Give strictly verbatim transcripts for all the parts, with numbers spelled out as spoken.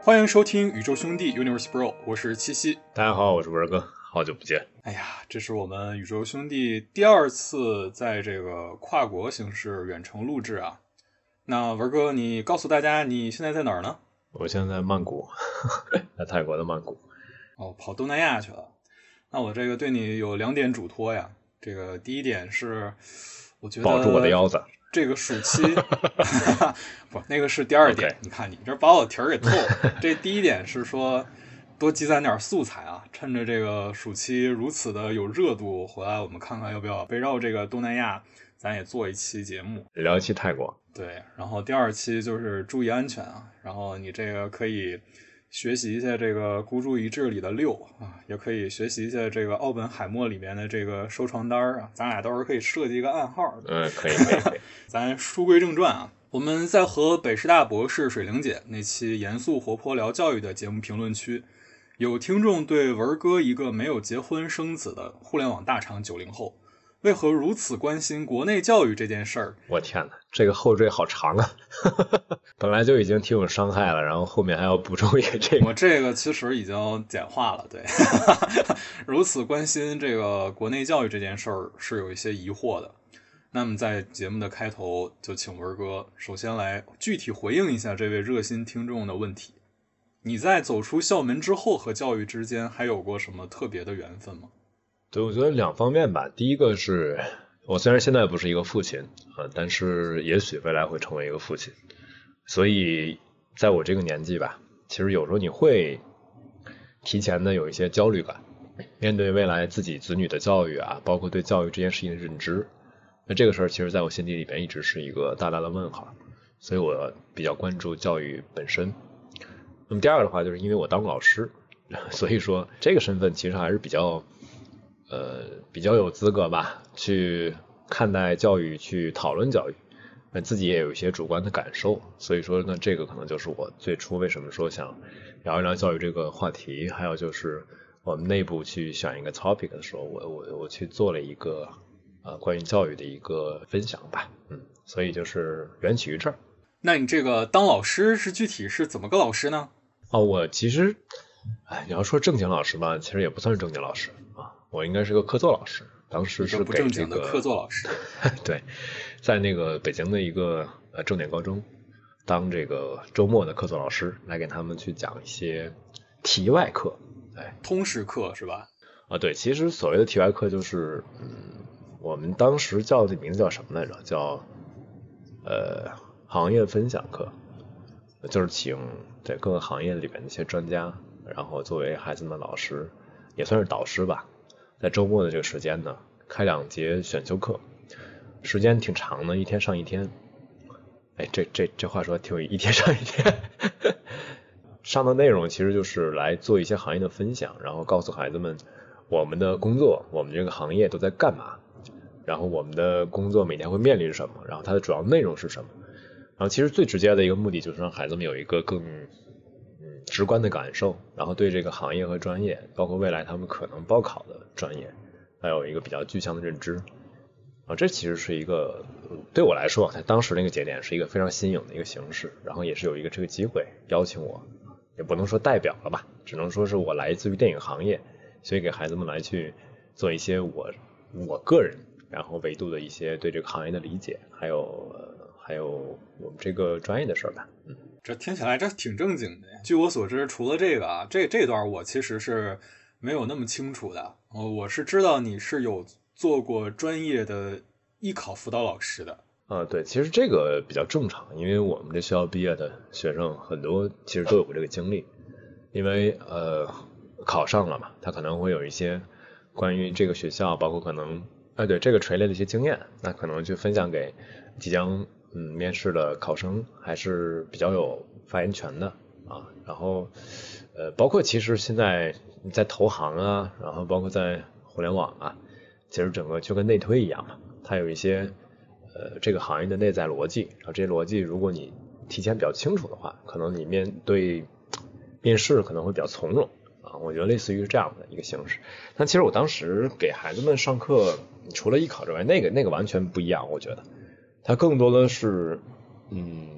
欢迎收听宇宙兄弟 Universe Bro， 我是七夕。 大家好，我是文哥，好久不见。 哎呀，这是我们宇宙兄弟第二次在这个跨国形式远程录制啊。那文哥，你告诉大家你现在在哪儿呢？ 我现在在曼谷，在泰国的曼谷。 哦，跑东南亚去了。那我这个对你有两点嘱托呀。这个第一点是，我觉得保住我的腰子。 这个暑期不，那个是第二点。Okay. 你看你这把我题儿给透了。这第一点是说多积攒点素材啊，趁着这个暑期如此的有热度，回来我们看看要不要围绕这个东南亚咱也做一期节目， 聊一期泰国。 对，然后第二期就是注意安全啊，然后你这个可以学习一下这个孤注一掷里的六啊，也可以学习一下这个奥本海默里面的这个收床单啊，咱俩到时候可以设计一个暗号。 嗯，可以可以可以。 咱书归正传啊，我们在和北师大博士水玲姐那期严肃活泼聊教育的节目评论区，有听众对文哥一个没有结婚生子的互联网大厂九零后，为何如此关心国内教育这件事儿？ 我天哪，这个后缀好长啊！本来就已经挺有伤害了，然后后面还要补充一个这个。 我这个其实已经简化了，对。如此关心这个国内教育这件事儿是有一些疑惑的。那么在节目的开头，就请文哥首先来具体回应一下这位热心听众的问题。你在走出校门之后和教育之间还有过什么特别的缘分吗？ 对，我觉得两方面吧。第一个是我虽然现在不是一个父亲啊，但是也许未来会成为一个父亲，所以在我这个年纪吧，其实有时候你会提前的有一些焦虑感，面对未来自己子女的教育啊，包括对教育这件事情的认知。那这个事儿其实在我心底里边一直是一个大大的问号，所以我比较关注教育本身。那么第二个的话，就是因为我当过老师，所以说这个身份其实还是比较呃比较有资格吧，去看待教育，去讨论教育。那自己也有一些主观的感受，所以说呢，这个可能就是我最初为什么说想聊一聊教育这个话题，还有就是我们内部去选一个 topic 的时候，我我我去做了一个呃关于教育的一个分享吧，嗯，所以就是缘起于这儿。 那你这个当老师是具体是怎么个老师呢？ 哦，我其实，哎，你要说正经老师吧，其实也不算是正经老师啊，我应该是个客座老师。当时是给这个不正经的客座老师， 对，在那个北京的一个呃重点高中当这个周末的客座老师，来给他们去讲一些题外课，哎， 通识课是吧？ 啊，对，其实所谓的题外课就是，嗯，我们当时叫的名字叫什么来着？叫呃行业分享课，就是请对各个行业里边的一些专家，然后作为孩子们的老师，也算是导师吧。在周末的这个时间呢，开两节选修课，时间挺长的，一天上一天。哎，这这这话说挺有一天上一天。上的内容其实就是来做一些行业的分享，然后告诉孩子们我们的工作，我们这个行业都在干嘛，然后我们的工作每天会面临什么，然后它的主要内容是什么。然后其实最直接的一个目的就是让孩子们有一个更嗯直观的感受，然后对这个行业和专业，包括未来他们可能报考的专业，还有一个比较具象的认知。啊，这其实是一个对我来说，在当时那个节点是一个非常新颖的一个形式，然后也是有一个这个机会邀请我，也不能说代表了吧，只能说是我来自于电影行业，所以给孩子们来去做一些我我个人然后维度的一些对这个行业的理解，还有、呃、还有我们这个专业的事儿吧。嗯， 这听起来这挺正经的。据我所知，除了这个啊，这这段我其实是没有那么清楚的。哦，我是知道你是有做过专业的艺考辅导老师的。 啊、呃，对，其实这个比较正常，因为我们这学校毕业的学生很多其实都有过这个经历，因为呃考上了嘛，他可能会有一些关于这个学校，包括可能哎对这个垂类的一些经验，那可能就分享给即将嗯面试的考生，还是比较有发言权的啊。然后呃包括其实现在你在投行啊，然后包括在互联网啊，其实整个就跟内推一样嘛，它有一些呃这个行业的内在逻辑，然后这些逻辑如果你提前比较清楚的话，可能你面对面试可能会比较从容啊，我觉得类似于是这样的一个形式。但其实我当时给孩子们上课，除了艺考之外，那个那个完全不一样，我觉得它更多的是嗯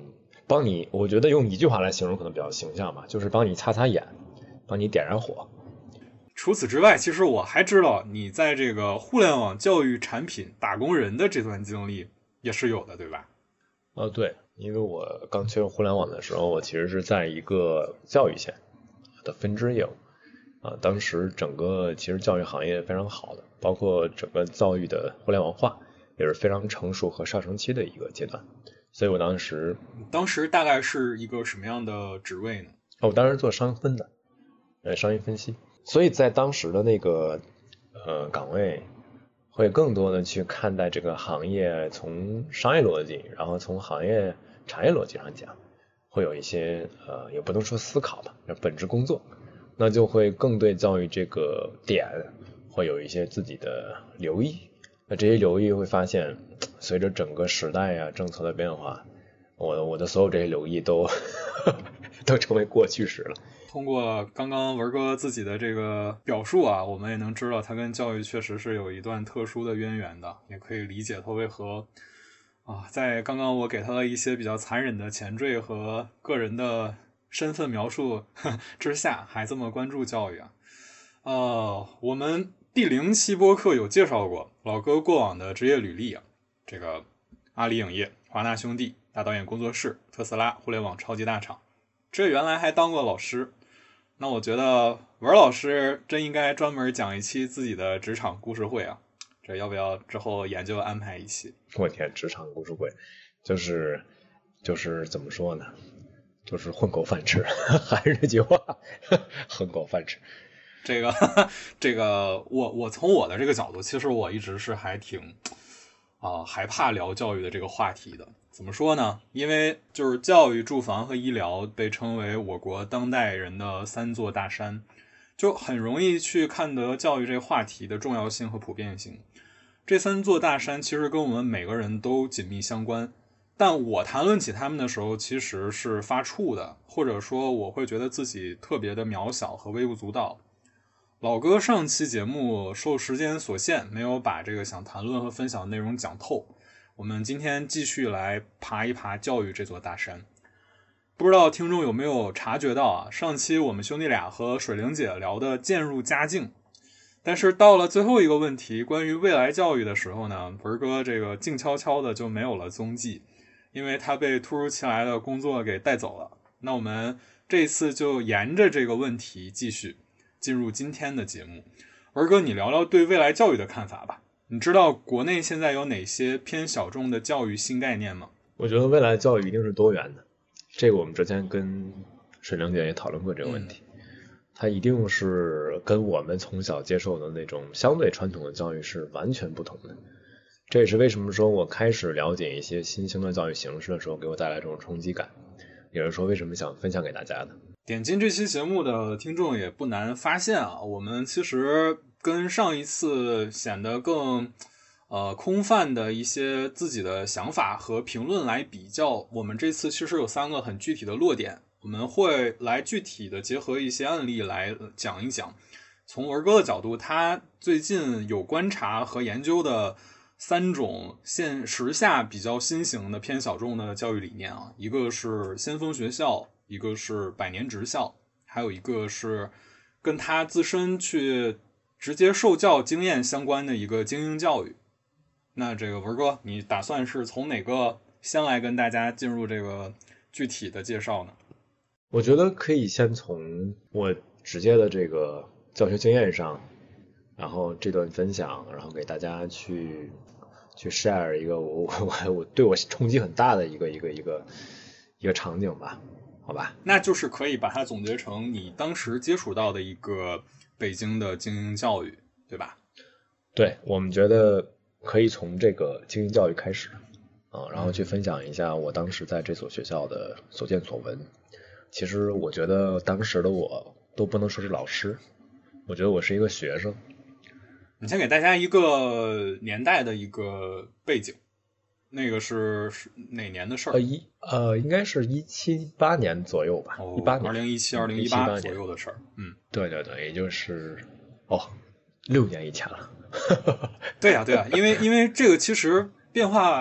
帮你，我觉得用一句话来形容可能比较形象吧，就是帮你擦擦眼，帮你点燃火。 除此之外，其实我还知道你在这个互联网教育产品打工人的这段经历也是有的，对吧？ 哦，对，因为我刚切入互联网的时候，我其实是在一个教育线的分支业务啊，当时整个其实教育行业非常好的，包括整个教育的互联网化也是非常成熟和上升期的一个阶段，所以我当时当时大概是一个什么样的职位呢？ 哦，我当时做商分的，呃，商业分析。所以在当时的那个呃岗位，会更多的去看待这个行业从商业逻辑，然后从行业产业逻辑上讲，会有一些呃也不能说思考吧，本质工作，那就会更对教育这个点会有一些自己的留意。那这些留意会发现，随着整个时代呀、政策的变化，我我的所有这些留意都都成为过去式了。 通过刚刚文哥自己的这个表述啊，我们也能知道他跟教育确实是有一段特殊的渊源的，也可以理解他为何啊，在刚刚我给他的一些比较残忍的前缀和个人的身份描述之下，还这么关注教育啊。呃，我们第零期播客有介绍过老哥过往的职业履历啊，这个阿里影业、华纳兄弟、大导演工作室、特斯拉、互联网超级大厂，这原来还当过老师。那我觉得文老师真应该专门讲一期自己的职场故事会啊，这要不要之后研究安排一期？ 我天，职场故事会，就是就是怎么说呢？就是混口饭吃，还是那句话，混口饭吃。 这个这个，我我从我的这个角度，其实我一直是还挺啊、呃、害怕聊教育的这个话题的。怎么说呢？因为就是教育、住房和医疗被称为我国当代人的三座大山，就很容易去看得教育这个话题的重要性和普遍性。这三座大山其实跟我们每个人都紧密相关，但我谈论起他们的时候，其实是发怵的，或者说我会觉得自己特别的渺小和微不足道。老哥上期节目受时间所限，没有把这个想谈论和分享的内容讲透。我们今天继续来爬一爬教育这座大山。不知道听众有没有察觉到啊？上期我们兄弟俩和水玲姐聊的渐入佳境，但是到了最后一个问题，关于未来教育的时候呢，文哥这个静悄悄的就没有了踪迹，因为他被突如其来的工作给带走了。那我们这次就沿着这个问题继续进入今天的节目。文哥，你聊聊对未来教育的看法吧。你知道国内现在有哪些偏小众的教育新概念吗？ 我觉得未来教育一定是多元的，这个我们之前跟水玲姐也讨论过这个问题。嗯，它一定是跟我们从小接受的那种相对传统的教育是完全不同的。这也是为什么说我开始了解一些新兴的教育形式的时候，给我带来这种冲击感，也是说为什么想分享给大家的。 点进这期节目的听众也不难发现啊，我们其实跟上一次显得更呃空泛的一些自己的想法和评论来比较，我们这次其实有三个很具体的落点，我们会来具体的结合一些案例来讲一讲。从文哥的角度，他最近有观察和研究的三种现时下比较新型的偏小众的教育理念啊，一个是先锋学校，一个是百年职校，还有一个是跟他自身去直接受教经验相关的一个精英教育。那这个文哥，你打算是从哪个先来跟大家进入这个具体的介绍呢？ 我觉得可以先从我直接的这个教学经验上，然后这段分享，然后给大家去去 share 一个我我我对我冲击很大的一个一个一个一个场景吧，好吧？ 那就是可以把它总结成你当时接触到的一个北京的精英教育，对吧？ 对，我们觉得可以从这个精英教育开始啊，然后去分享一下我当时在这所学校的所见所闻。其实我觉得当时的我都不能说是老师，我觉得我是一个学生。 你先给大家一个年代的一个背景，那个是哪年的事儿？ 呃一呃应该是一七八年左右吧，一八、哦、年， 二零一七、二零一八左右的事儿。嗯， 对对对，也就是哦六年以前了。 对呀、啊、对呀、啊，因为因为这个其实变化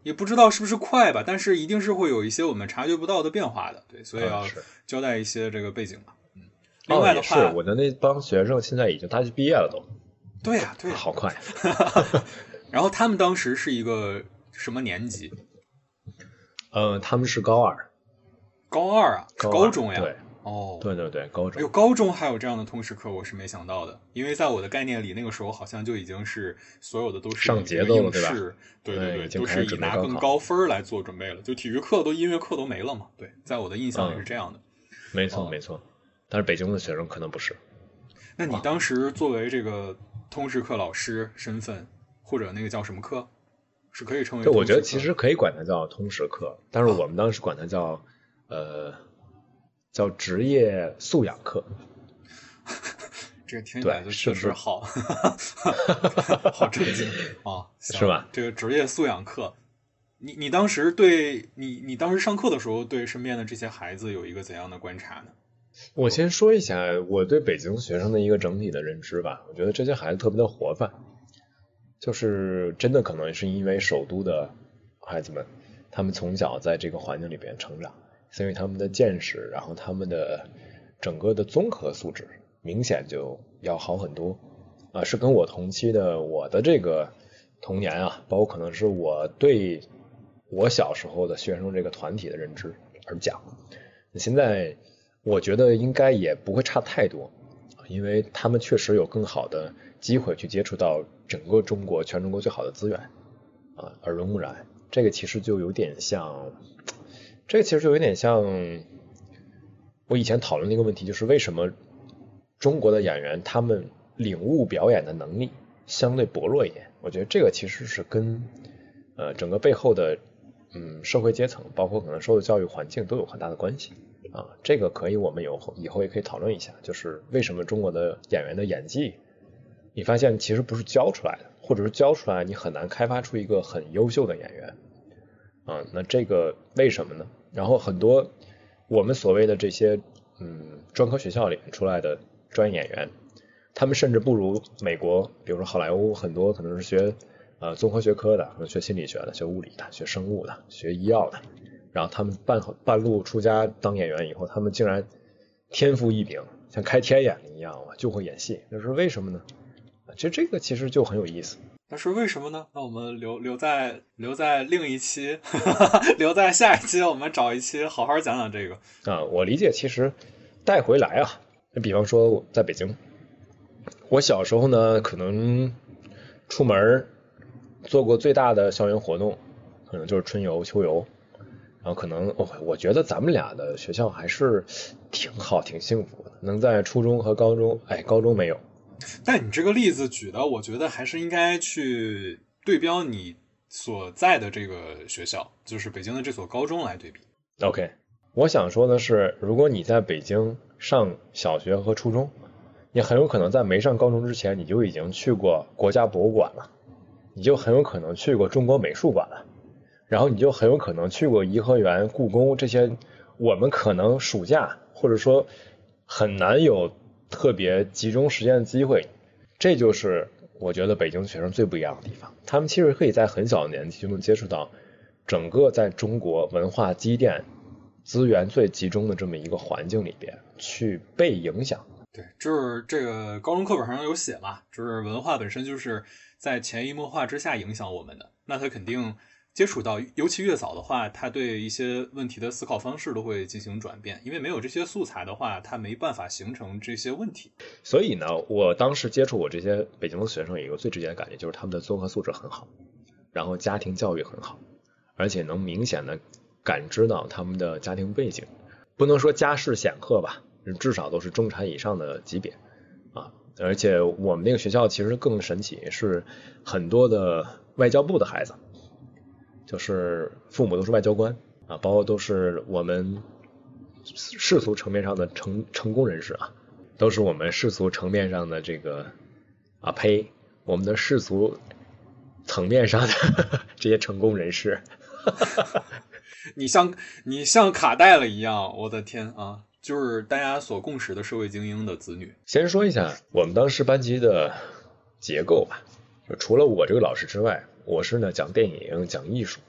也不知道是不是快吧，但是一定是会有一些我们察觉不到的变化的，对，所以要交代一些这个背景嘛。嗯，另外的话， 哦、是我的那帮学生现在已经大学毕业了都。 对呀、啊，对呀、啊， 好快。 然后他们当时是一个什么年级？ 呃，他们是高二。 高二啊， 高, 高中呀。 对。 哦， 对对对，高中。 哎呦，高中还有这样的通识课，我是没想到的。因为在我的概念里，那个时候好像就已经是所有的都是上节奏了， 对吧？对对对，都是以拿更高分来做准备了。就体育课都音乐课都没了嘛。对，在我的印象里是这样的。 嗯、没错、哦、没错，但是北京的学生可能不是。 那你当时作为这个通识课老师身份，或者那个叫什么课，是可以称为？ 对，我觉得其实可以管它叫通识课，但是我们当时管它叫、啊、呃。叫职业素养课。 这个听起来就确实好，好正经啊， 是吧？ 这个职业素养课，你你当时对你你当时上课的时候，对身边的这些孩子有一个怎样的观察呢？ 我先说一下我对北京学生的一个整体的认知吧。我觉得这些孩子特别的活泛，就是真的可能是因为首都的孩子们，他们从小在这个环境里边成长。所以他们的见识，然后他们的整个的综合素质明显就要好很多啊，是跟我同期的我的这个童年啊，包括可能是我对我小时候的学生这个团体的认知而讲。现在我觉得应该也不会差太多，因为他们确实有更好的机会去接触到整个中国全中国最好的资源啊，耳濡目染。这个其实就有点像。这个其实就有点像我以前讨论的一个问题，就是为什么中国的演员他们领悟表演的能力相对薄弱一点。我觉得这个其实是跟呃整个背后的嗯社会阶层，包括可能受的教育环境都有很大的关系啊。这个可以我们有以后也可以讨论一下，就是为什么中国的演员的演技，你发现其实不是教出来的，或者是教出来你很难开发出一个很优秀的演员。啊，那这个为什么呢？然后很多我们所谓的这些嗯专科学校里出来的专业演员，他们甚至不如美国，比如说好莱坞很多可能是学呃综合学科的，学心理学的，学物理的，学生物的，学医药的，然后他们半半路出家当演员以后，他们竟然天赋异禀，像开天眼一样就会演戏，那是为什么呢？其实这个其实就很有意思。 那是为什么呢？那我们留留在留在另一期，留在下一期，我们找一期好好讲讲这个啊。我理解，其实带回来啊，比方说在北京，我小时候呢，可能出门做过最大的校园活动，可能就是春游、秋游，然后可能、哦、我觉得咱们俩的学校还是挺好、挺幸福的，能在初中和高中，哎，高中没有。 但你这个例子举的，我觉得还是应该去对标你所在的这个学校，就是北京的这所高中来对比。 OK， 我想说的是，如果你在北京上小学和初中，你很有可能在没上高中之前，你就已经去过国家博物馆了，你就很有可能去过中国美术馆了，然后你就很有可能去过颐和园、故宫这些我们可能暑假或者说很难有特别集中时间的机会。这就是我觉得北京学生最不一样的地方，他们其实可以在很小的年纪就能接触到整个在中国文化积淀资源最集中的这么一个环境里边去被影响。 对，就是这个高中课本上有写嘛，就是文化本身就是在潜移默化之下影响我们的，那他肯定接触到，尤其越早的话，他对一些问题的思考方式都会进行转变，因为没有这些素材的话，他没办法形成这些问题。 所以呢，我当时接触我这些北京的学生，有一个最直接的感觉，就是他们的综合素质很好，然后家庭教育很好，而且能明显的感知到他们的家庭背景，不能说家世显赫吧，至少都是中产以上的级别啊。而且我们那个学校其实更神奇，是很多的外交部的孩子，就是父母都是外交官啊，包括都是我们世俗层面上的成成功人士啊，都是我们世俗层面上的这个啊呸，我们的世俗层面上的这些成功人士。 你像你像卡带了一样，我的天啊！就是大家所共识的社会精英的子女。 先说一下我们当时班级的结构吧，就除了我这个老师之外，我是呢讲电影、讲艺术，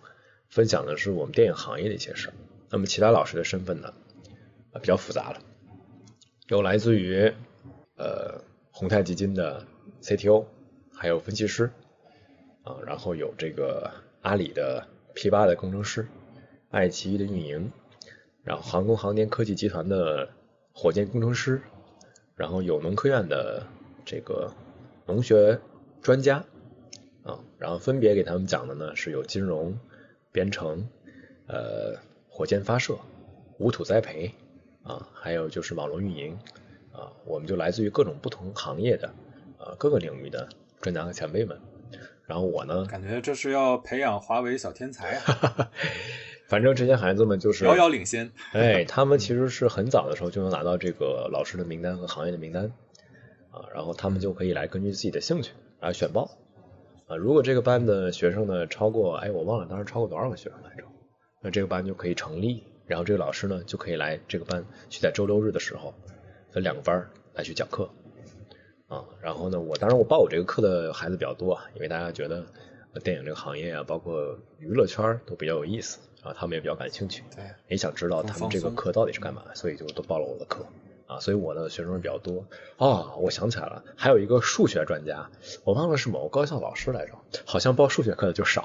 分享的是我们电影行业的一些事儿。那么其他老师的身份呢，呃，比较复杂了，有来自于呃宏泰基金的 C T O， 还有分析师啊，然后有这个阿里的 P 八 的工程师，爱奇艺的运营，然后航空航天科技集团的火箭工程师，然后有农科院的这个农学专家啊，然后分别给他们讲的呢是有金融、编程、呃火箭发射、无土栽培啊，还有就是网络运营啊，我们就来自于各种不同行业的啊各个领域的专家和前辈们。然后我呢， 感觉这是要培养华为小天才啊！ 反正这些孩子们就是遥遥领先。 哎，他们其实是很早的时候就能拿到这个老师的名单和行业的名单啊，然后他们就可以来根据自己的兴趣来选报啊。如果这个班的学生呢超过，哎，我忘了当时超过多少个学生来着，那这个班就可以成立，然后这个老师呢就可以来这个班去在周六日的时候分两个班来去讲课啊。然后呢，我当然我报我这个课的孩子比较多啊，因为大家觉得电影这个行业啊，包括娱乐圈都比较有意思啊，他们也比较感兴趣， 对， 也想知道他们这个课到底是干嘛，所以就都报了我的课啊。所以我的学生比较多啊。我想起来了，还有一个数学专家，我忘了是某个高校老师来着，好像报数学课的就少。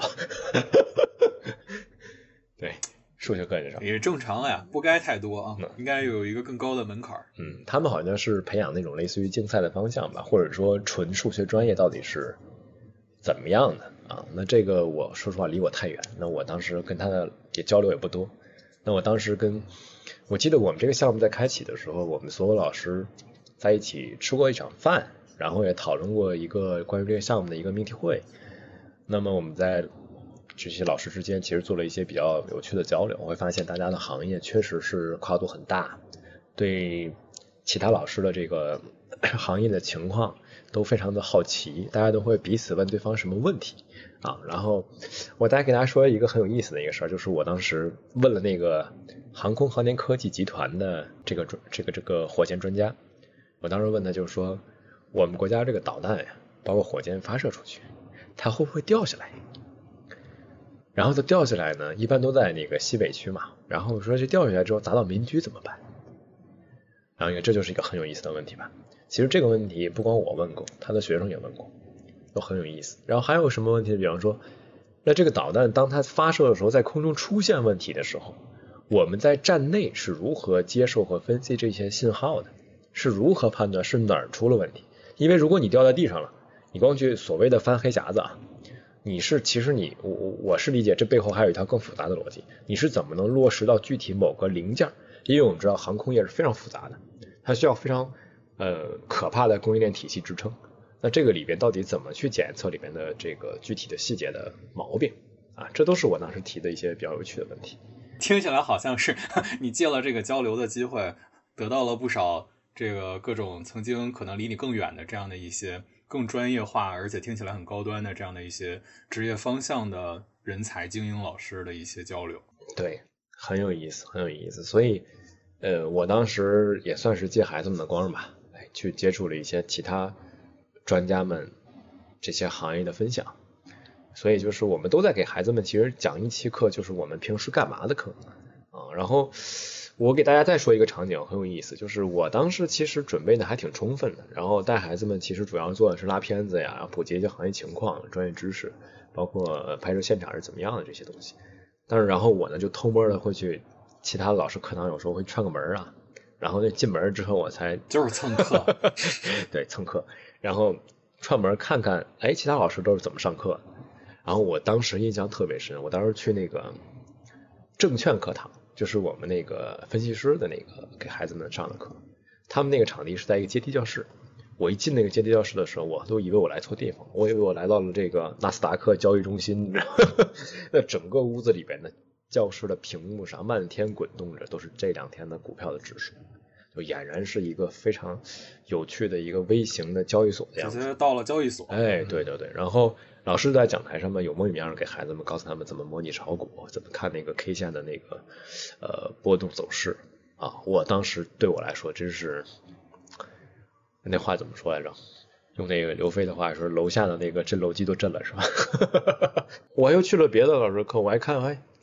对，数学课也少， 也正常呀，不该太多啊，应该有一个更高的门槛。 嗯，他们好像是培养那种类似于竞赛的方向吧，或者说纯数学专业到底是怎么样的啊？那这个我说实话离我太远，那我当时跟他的也交流也不多。那我当时跟我记得我们这个项目在开启的时候，我们所有老师在一起吃过一场饭，然后也讨论过一个关于这个项目的一个命题会。那么我们在这些老师之间其实做了一些比较有趣的交流，我会发现大家的行业确实是跨度很大，对其他老师的这个行业的情况都非常的好奇，大家都会彼此问对方什么问题啊。然后我大概给大家说一个很有意思的一个事儿，就是我当时问了那个航空航天科技集团的这个这个这个火箭专家，我当时问他就是说，我们国家这个导弹呀，包括火箭发射出去，它会不会掉下来？然后它掉下来呢，一般都在那个西北区嘛。然后说这掉下来之后砸到民居怎么办？然后你看这就是一个很有意思的问题吧。其实这个问题不光我问过，他的学生也问过，都很有意思。然后还有什么问题？比方说，那这个导弹当它发射的时候，在空中出现问题的时候，我们在站内是如何接受和分析这些信号的？是如何判断是哪儿出了问题？因为如果你掉在地上了，你光去所谓的翻黑匣子啊。你是其实你我我是理解这背后还有一条更复杂的逻辑，你是怎么能落实到具体某个零件？因为我们知道航空业是非常复杂的，它需要非常呃可怕的供应链体系支撑。那这个里边到底怎么去检测里面的这个具体的细节的毛病啊？这都是我当时提的一些比较有趣的问题。 听起来好像是你借了这个交流的机会，得到了不少这个各种曾经可能离你更远的这样的一些更专业化而且听起来很高端的这样的一些职业方向的人才精英老师的一些交流。 对，很有意思，很有意思。所以呃，我当时也算是借孩子们的光吧，哎，去接触了一些其他专家们这些行业的分享。所以就是我们都在给孩子们其实讲一期课，就是我们平时干嘛的课啊。然后我给大家再说一个场景，很有意思，就是我当时其实准备的还挺充分的，然后带孩子们其实主要做的是拉片子呀，普及一些行业情况、专业知识，包括拍摄现场是怎么样的这些东西。但是然后我呢就偷摸的会去其他老师课堂有时候会串个门啊，然后那进门之后我才就是蹭课， 对，蹭课，然后串门看看，哎，其他老师都是怎么上课。然后我当时印象特别深，我当时去那个证券课堂，就是我们那个分析师的那个给孩子们上的课，他们那个场地是在一个阶梯教室。我一进那个阶梯教室的时候，我都以为我来错地方，我以为我来到了这个纳斯达克交易中心。那整个屋子里边的教室的屏幕上漫天滚动着都是这两天的股票的指数，就俨然是一个非常有趣的一个微型的交易所的样子。 直接到了交易所。 哎，对对对。然后老师在讲台上面有模有样给孩子们告诉他们怎么模拟炒股，怎么看那个 K 线的那个呃波动走势啊。我当时对我来说真是。那话怎么说来着？用那个刘飞的话说，楼下的那个震楼机都震了，是吧？我又去了别的老师课，我还看，哎，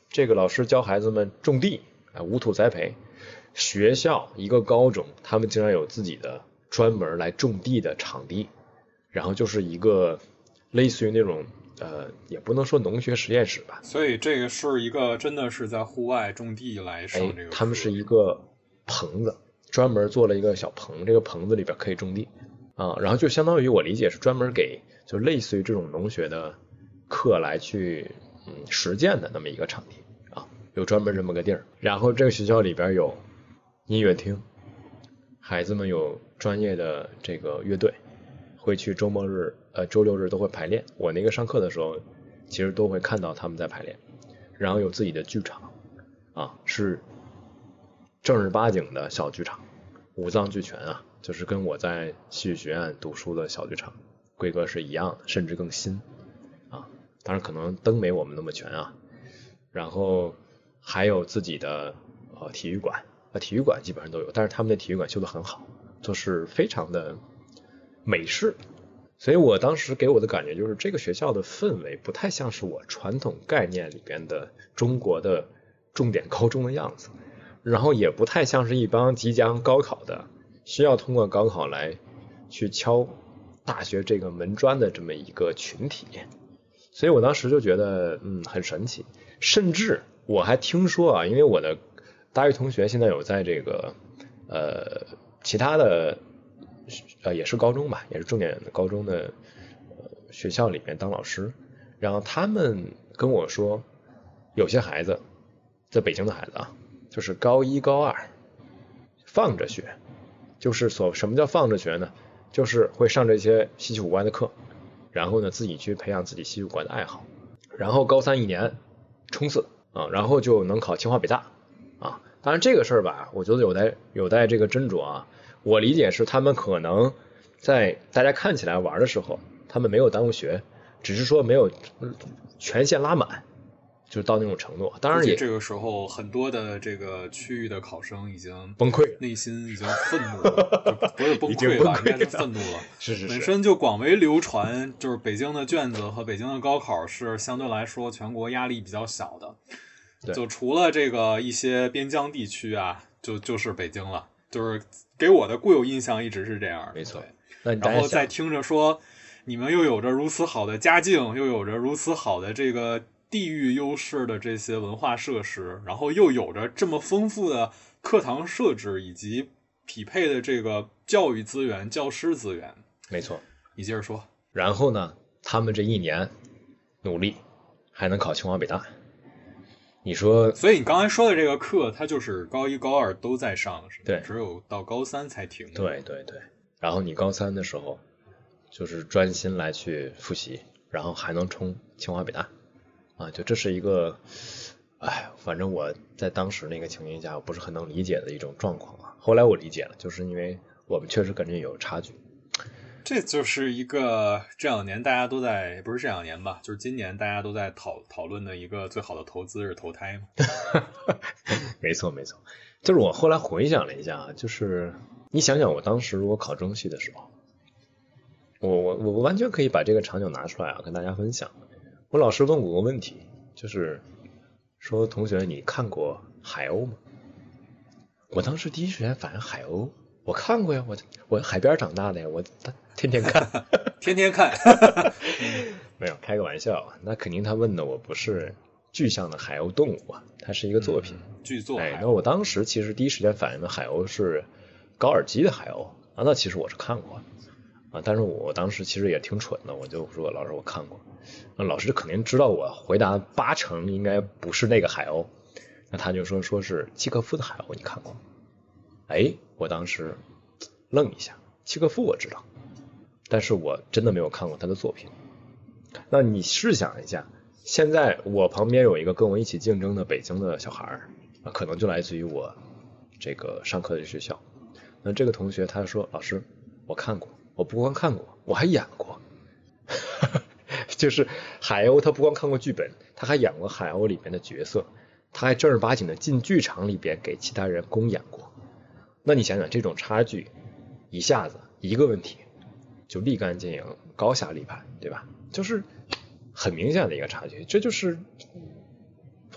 这个老师教孩子们种地，啊，无土栽培。学校一个高中，他们竟然有自己的专门来种地的场地，然后就是一个类似于那种呃，也不能说农学实验室吧。 所以这个是一个真的是在户外种地来上这个课。 哎，他们是一个棚子，专门做了一个小棚，这个棚子里边可以种地啊，然后就相当于我理解是专门给就类似于这种农学的课来去嗯实践的那么一个场地啊，有专门这么个地儿。然后这个学校里边有音乐厅，孩子们有专业的这个乐队，会去周末日呃周六日都会排练。我那个上课的时候，其实都会看到他们在排练。然后有自己的剧场啊，是正儿八经的小剧场，五脏俱全啊，就是跟我在戏剧学院读书的小剧场规格是一样的，甚至更新啊。当然可能灯没我们那么全啊。然后还有自己的呃体育馆。啊，体育馆基本上都有，但是他们的体育馆修得很好，就是非常的美式。所以我当时给我的感觉就是这个学校的氛围不太像是我传统概念里边的中国的重点高中的样子，然后也不太像是一帮即将高考的需要通过高考来去敲大学这个门砖的这么一个群体。所以我当时就觉得嗯很神奇。甚至我还听说啊，因为我的大学同学现在有在这个呃其他的呃也是高中吧，也是重点高中的、呃、学校里面当老师，然后他们跟我说，有些孩子在北京的孩子啊，就是高一高二放着学，就是所什么叫放着学呢？就是会上这些稀奇古怪的课，然后呢自己去培养自己稀奇古怪的爱好，然后高三一年冲刺啊，然后就能考清华北大。啊，当然这个事儿吧，我觉得有待有待这个斟酌啊。我理解是他们可能在大家看起来玩的时候，他们没有耽误学，只是说没有全线拉满，就到那种程度。当然也这个时候很多的这个区域的考生已经崩溃， 内心已经愤怒了，不是崩溃吧，应该是愤怒了。 是是是。 本身就广为流传，就是北京的卷子和北京的高考是相对来说全国压力比较小的。就除了这个一些边疆地区啊，就就是北京了，就是给我的固有印象一直是这样。 没错。 然后再听着说，你们又有着如此好的家境，又有着如此好的这个地域优势的这些文化设施，然后又有着这么丰富的课堂设置以及匹配的这个教育资源、教师资源。 没错， 你接着说。 然后呢，他们这一年努力，还能考清华北大。你说， 所以你刚才说的这个课，它就是高一高二都在上，是吧？ 对， 只有到高三才停。 对对对。然后你高三的时候，就是专心来去复习，然后还能冲清华北大，啊，就这是一个，哎，反正我在当时那个情境下，我不是很能理解的一种状况啊。后来我理解了，就是因为我们确实感觉有差距。 这就是一个这两年大家都在，不是这两年吧，就是今年大家都在讨讨论的一个最好的投资是投胎嘛。 没错没错，就是我后来回想了一下，就是你想想我当时如果考中戏的时候，我我我完全可以把这个场景拿出来啊，跟大家分享。我老师问我个问题，就是说同学你看过海鸥吗？我当时第一时间反应海鸥。我看过呀，我我海边长大的呀，我天天看， 天天看， 没有开个玩笑啊。那肯定他问的我不是具象的海鸥动物啊，它是一个作品， 嗯、剧作。 哎，那我当时其实第一时间反应的海鸥是高尔基的海鸥啊，那其实我是看过啊，但是我当时其实也挺蠢的，我就说老师我看过，那老师肯定知道我回答八成应该不是那个海鸥，那他就说说是契诃夫的海鸥你看过吗？哎，我当时愣一下，契诃夫我知道，但是我真的没有看过他的作品。那你试想一下，现在我旁边有一个跟我一起竞争的北京的小孩啊，可能就来自于我这个上课的学校。那这个同学他说，老师我看过，我不光看过，我还演过。就是海鸥他不光看过剧本，他还演过海鸥里面的角色，他还正儿八经的进剧场里边给其他人公演过。那你想想这种差距，一下子一个问题就立竿见影，高下立判，对吧？就是很明显的一个差距，这就是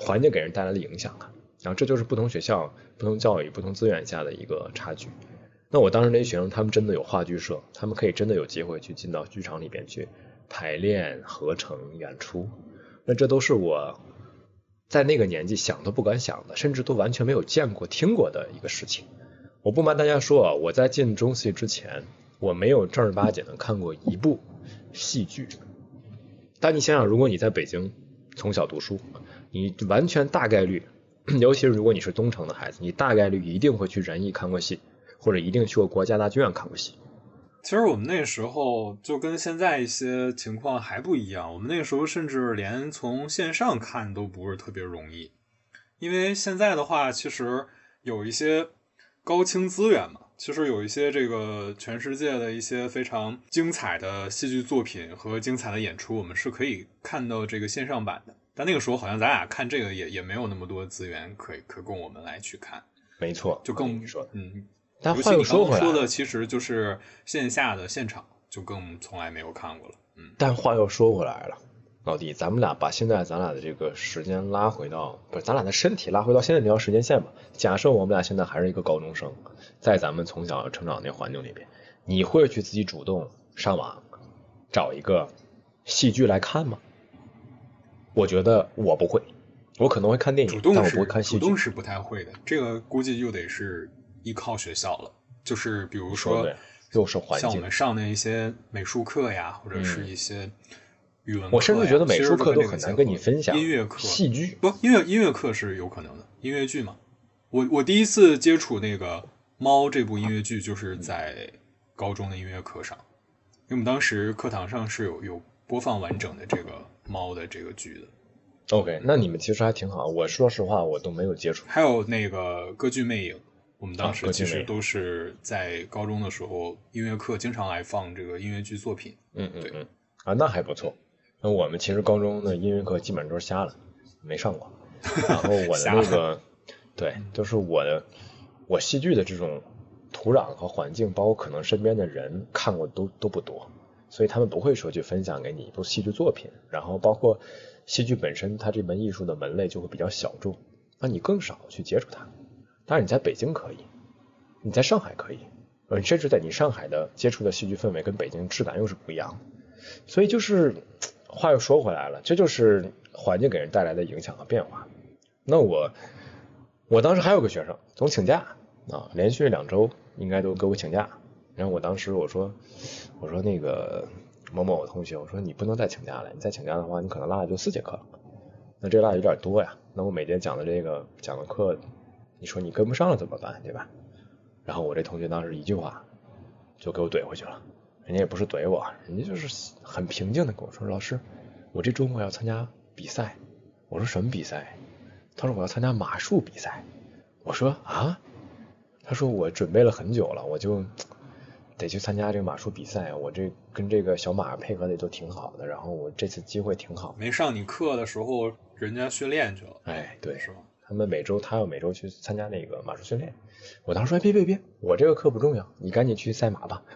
环境给人带来的影响啊。然后这就是不同学校、不同教育、不同资源下的一个差距。那我当时那些学生，他们真的有话剧社，他们可以真的有机会去进到剧场里边去排练、合成、演出。那这都是我在那个年纪想都不敢想的，甚至都完全没有见过、听过的一个事情。我不瞒大家说啊，我在进中戏之前，我没有正儿八经的看过一部戏剧。但你想想，如果你在北京从小读书，你完全大概率，尤其是如果你是东城的孩子，你大概率一定会去人艺看过戏，或者一定去过国家大剧院看过戏。 其实我们那时候就跟现在一些情况还不一样，我们那个时候甚至连从线上看都不是特别容易，因为现在的话其实有一些高清资源嘛，其实有一些这个全世界的一些非常精彩的戏剧作品和精彩的演出，我们是可以看到这个线上版的。但那个时候好像咱俩看这个也也没有那么多资源可以可供我们来去看。 没错， 就更你说， 嗯。 但话又说回来， 说的其实就是线下的现场，就更从来没有看过了。嗯， 但话又说回来了，老弟，咱们俩把现在咱俩的这个时间拉回到，不是咱俩的身体拉回到现在这条时间线吧。假设我们俩现在还是一个高中生，在咱们从小成长那环境里边，你会去自己主动上网找一个戏剧来看吗？我觉得我不会，我可能会看电影，但我不会看戏剧。 主动是不太会的，这个估计又得是依靠学校了。就是比如说， 又是环境， 像我们上的一些美术课呀，或者是一些语文课呀、 嗯，我甚至觉得美术课都很难跟你分享。 音乐课、 戏剧不，音乐音乐课是有可能的，音乐剧嘛。我我第一次接触那个《猫》这部音乐剧，就是在高中的音乐课上，因为我们当时课堂上是有有播放完整的这个《猫》的这个剧的。 OK， 那你们其实还挺好。我说实话，我都没有接触。 还有那个歌剧魅影。我们当时其实都是在高中的时候，音乐课经常来放这个音乐剧作品。 嗯嗯嗯，啊，那还不错。那我们其实高中的音乐课基本上都是瞎了，没上过。然后我的那个，对，就是我的，我戏剧的这种土壤和环境，包括可能身边的人看过都都不多，所以他们不会说去分享给你一部戏剧作品。然后包括戏剧本身，它这门艺术的门类就会比较小众，那你更少去接触它。当然你在北京可以，你在上海可以，呃，甚至在你上海的接触的戏剧氛围跟北京质感又是不一样的。所以就是话又说回来了，这就是环境给人带来的影响和变化。那我我当时还有个学生总请假啊，连续两周应该都给我请假。然后我当时我说我说那个某某同学，我说你不能再请假了，你再请假的话，你可能落了就四节课了。那这落有点多呀。那我每天讲的这个讲的课，你说你跟不上了怎么办，对吧？然后我这同学当时一句话就给我怼回去了，人家也不是怼我，人家就是很平静的跟我说，老师，我这周末要参加比赛。我说什么比赛？他说我要参加马术比赛。我说啊？他说我准备了很久了，我就得去参加这个马术比赛，我这跟这个小马配合的都挺好的，然后我这次机会挺好。 没上你课的时候，人家训练去了。 哎，对， 是吧？ 他们每周他要每周去参加那个马术训练。我当时说别别别，我这个课不重要，你赶紧去赛马吧。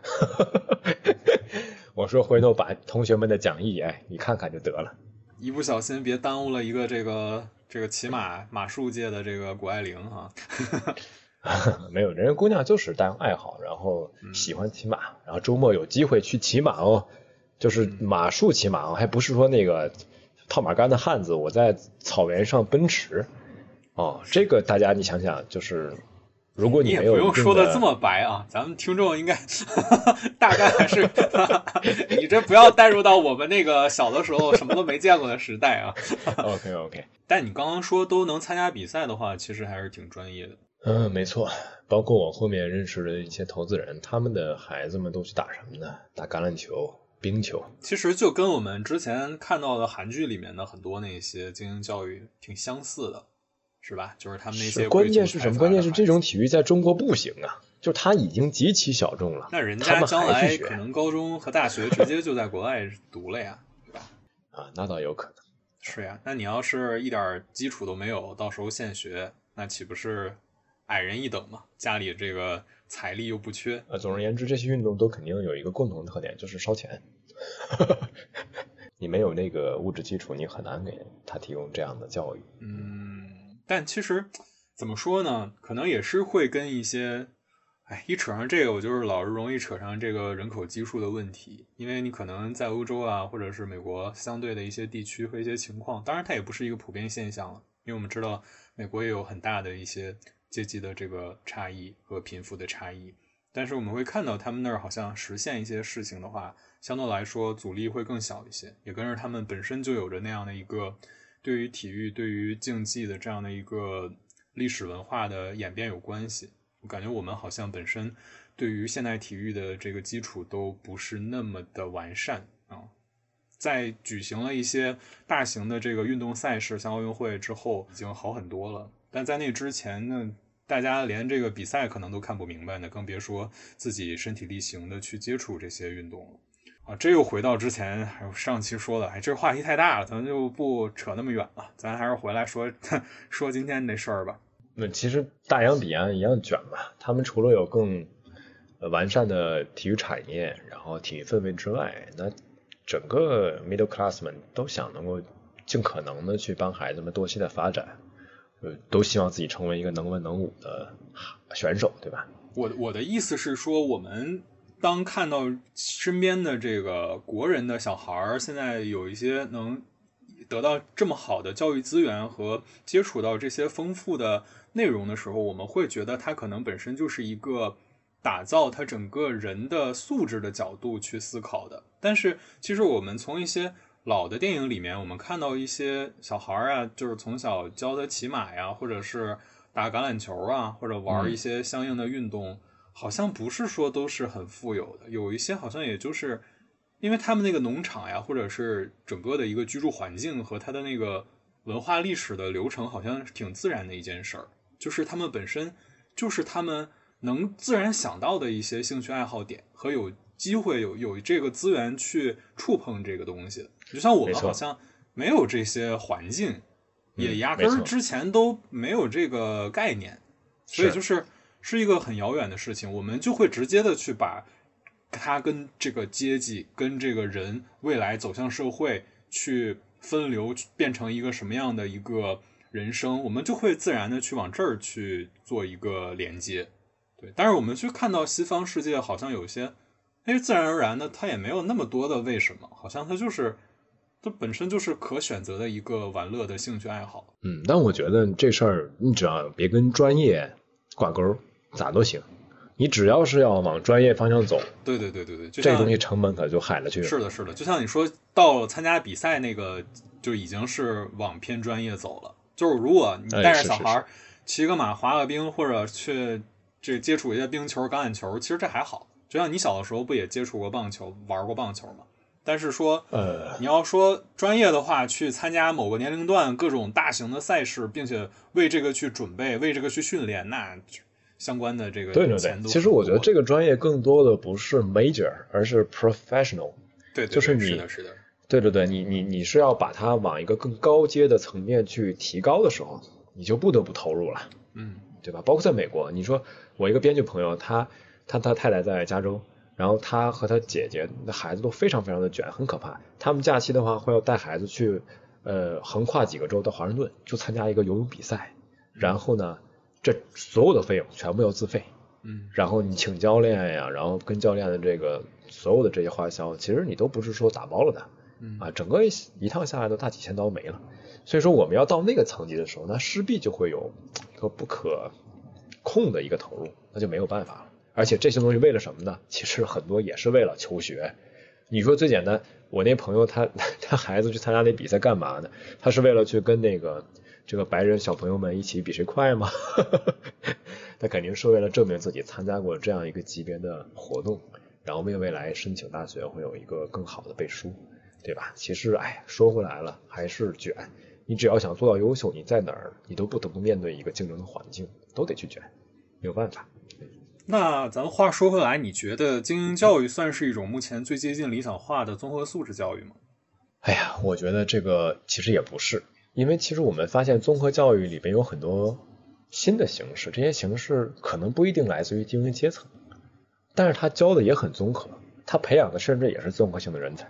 我说回头把同学们的讲义哎你看看就得了， 一不小心别耽误了一个这个这个骑马马术界的这个谷爱凌哈。 没有，人家姑娘就是当爱好，然后喜欢骑马，然后周末有机会去骑马哦，就是马术骑马哦，还不是说那个套马杆的汉子我在草原上奔驰哦，这个大家你想想，就是如果你没有你也不用说的这么白啊，咱们听众应该大概还是你这不要带入到我们那个小的时候什么都没见过的时代啊。 OK OK， 但你刚刚说都能参加比赛的话，其实还是挺专业的。 嗯，没错，包括我后面认识的一些投资人，他们的孩子们都去打什么呢？打橄榄球、冰球。 其实就跟我们之前看到的韩剧里面的很多那些精英教育挺相似的，是吧？就是他们那些关键是什么？关键是这种体育在中国不行啊，就是它已经极其小众了。 那人家将来可能高中和大学直接就在国外读了呀，对吧？ 啊，那倒有可能。 是呀，那你要是一点基础都没有，到时候现学，那岂不是矮人一等嘛？家里这个财力又不缺。 呃，总而言之，这些运动都肯定有一个共同特点，就是烧钱。 你没有那个物质基础，你很难给他提供这样的教育。 嗯，但其实怎么说呢，可能也是会跟一些，哎，一扯上这个，我就是老是容易扯上这个人口基数的问题，因为你可能在欧洲啊，或者是美国相对的一些地区和一些情况，当然它也不是一个普遍现象了，因为我们知道美国也有很大的一些阶级的这个差异和贫富的差异，但是我们会看到他们那儿好像实现一些事情的话，相对来说阻力会更小一些，也跟着他们本身就有着那样的一个对于体育、对于竞技的这样的一个历史文化的演变有关系。我感觉我们好像本身对于现代体育的这个基础都不是那么的完善啊。在举行了一些大型的这个运动赛事，像奥运会之后，已经好很多了。但在那之前呢，大家连这个比赛可能都看不明白呢，更别说自己身体力行的去接触这些运动了。啊，这又回到之前还有上期说的，哎，这话题太大了，咱就不扯那么远了，咱还是回来说说今天这事儿吧。 那其实大洋彼岸一样卷嘛，他们除了有更完善的体育产业，然后体育氛围之外，那整个 middle class 们都想能够尽可能的去帮孩子们多些的发展，呃，都希望自己成为一个能文能武的选手，对吧？ 我我的意思是说，我们当看到身边的这个国人的小孩现在有一些能得到这么好的教育资源和接触到这些丰富的内容的时候，我们会觉得他可能本身就是一个打造他整个人的素质的角度去思考的。但是其实我们从一些老的电影里面，我们看到一些小孩啊，就是从小教他骑马呀，或者是打橄榄球啊，或者玩一些相应的运动，嗯，好像不是说都是很富有的，有一些好像也就是因为他们那个农场呀，或者是整个的一个居住环境和他的那个文化历史的流程，好像是挺自然的一件事儿，就是他们本身就是他们能自然想到的一些兴趣爱好点和有机会有有这个资源去触碰这个东西。就像我们好像没有这些环境，也压根儿之前都没有这个概念，所以就是是一个很遥远的事情，我们就会直接的去把它跟这个阶级跟这个人未来走向社会去分流，变成一个什么样的一个人生，我们就会自然的去往这儿去做一个连接。对，但是我们去看到西方世界好像有些哎自然而然的，它也没有那么多的为什么，好像它就是它本身就是可选择的一个玩乐的兴趣爱好。 嗯，但我觉得这事儿你只要别跟专业挂钩，咋都行。你只要是要往专业方向走， 对对对对对， 这东西成本可就海了去了。 是的，是的，就像你说到参加比赛那个，就已经是往偏专业走了。就是如果你带着小孩骑个马、滑个冰，或者去这接触一些冰球、橄榄球，其实这还好。就像你小的时候不也接触过棒球、玩过棒球吗？但是说， 呃， 你要说专业的话，去参加某个年龄段各种大型的赛事，并且为这个去准备、为这个去训练，那相关的这个对对对，其实我觉得这个专业更多的不是 major， 而是 professional。 对，对对， 就是你是的，是的， 对对对，你你你是要把它往一个更高阶的层面去提高的时候，你就不得不投入了， 嗯， 对吧？包括在美国，你说我一个编剧朋友，他他他太太在加州，然后他和他姐姐的孩子都非常非常的卷，很可怕。他们假期的话会要带孩子去，呃，横跨几个州到华盛顿，就参加一个游泳比赛，然后呢，这所有的费用全部要自费， 嗯， 然后你请教练呀，然后跟教练的这个所有的这些花销，其实你都不是说打包了的， 嗯啊，整个一一趟下来都大几千刀没了。所以说我们要到那个层级的时候，那势必就会有一个不可控的一个投入，那就没有办法了。而且这些东西为了什么呢？其实很多也是为了求学。你说最简单，我那朋友他他孩子去参加那比赛干嘛呢？他是为了去跟那个这个白人小朋友们一起比谁快吗？他肯定是为了证明自己参加过这样一个级别的活动，然后为未来申请大学会有一个更好的背书，对吧？其实哎，说回来了，还是卷。你只要想做到优秀，你在哪儿你都不得不面对一个竞争的环境，都得去卷，没有办法。 那咱话说回来，你觉得精英教育算是一种目前最接近理想化的综合素质教育吗？ 哎呀，我觉得这个其实也不是，因为其实我们发现综合教育里边有很多新的形式，这些形式可能不一定来自于精英阶层，但是他教的也很综合，他培养的甚至也是综合性的人才。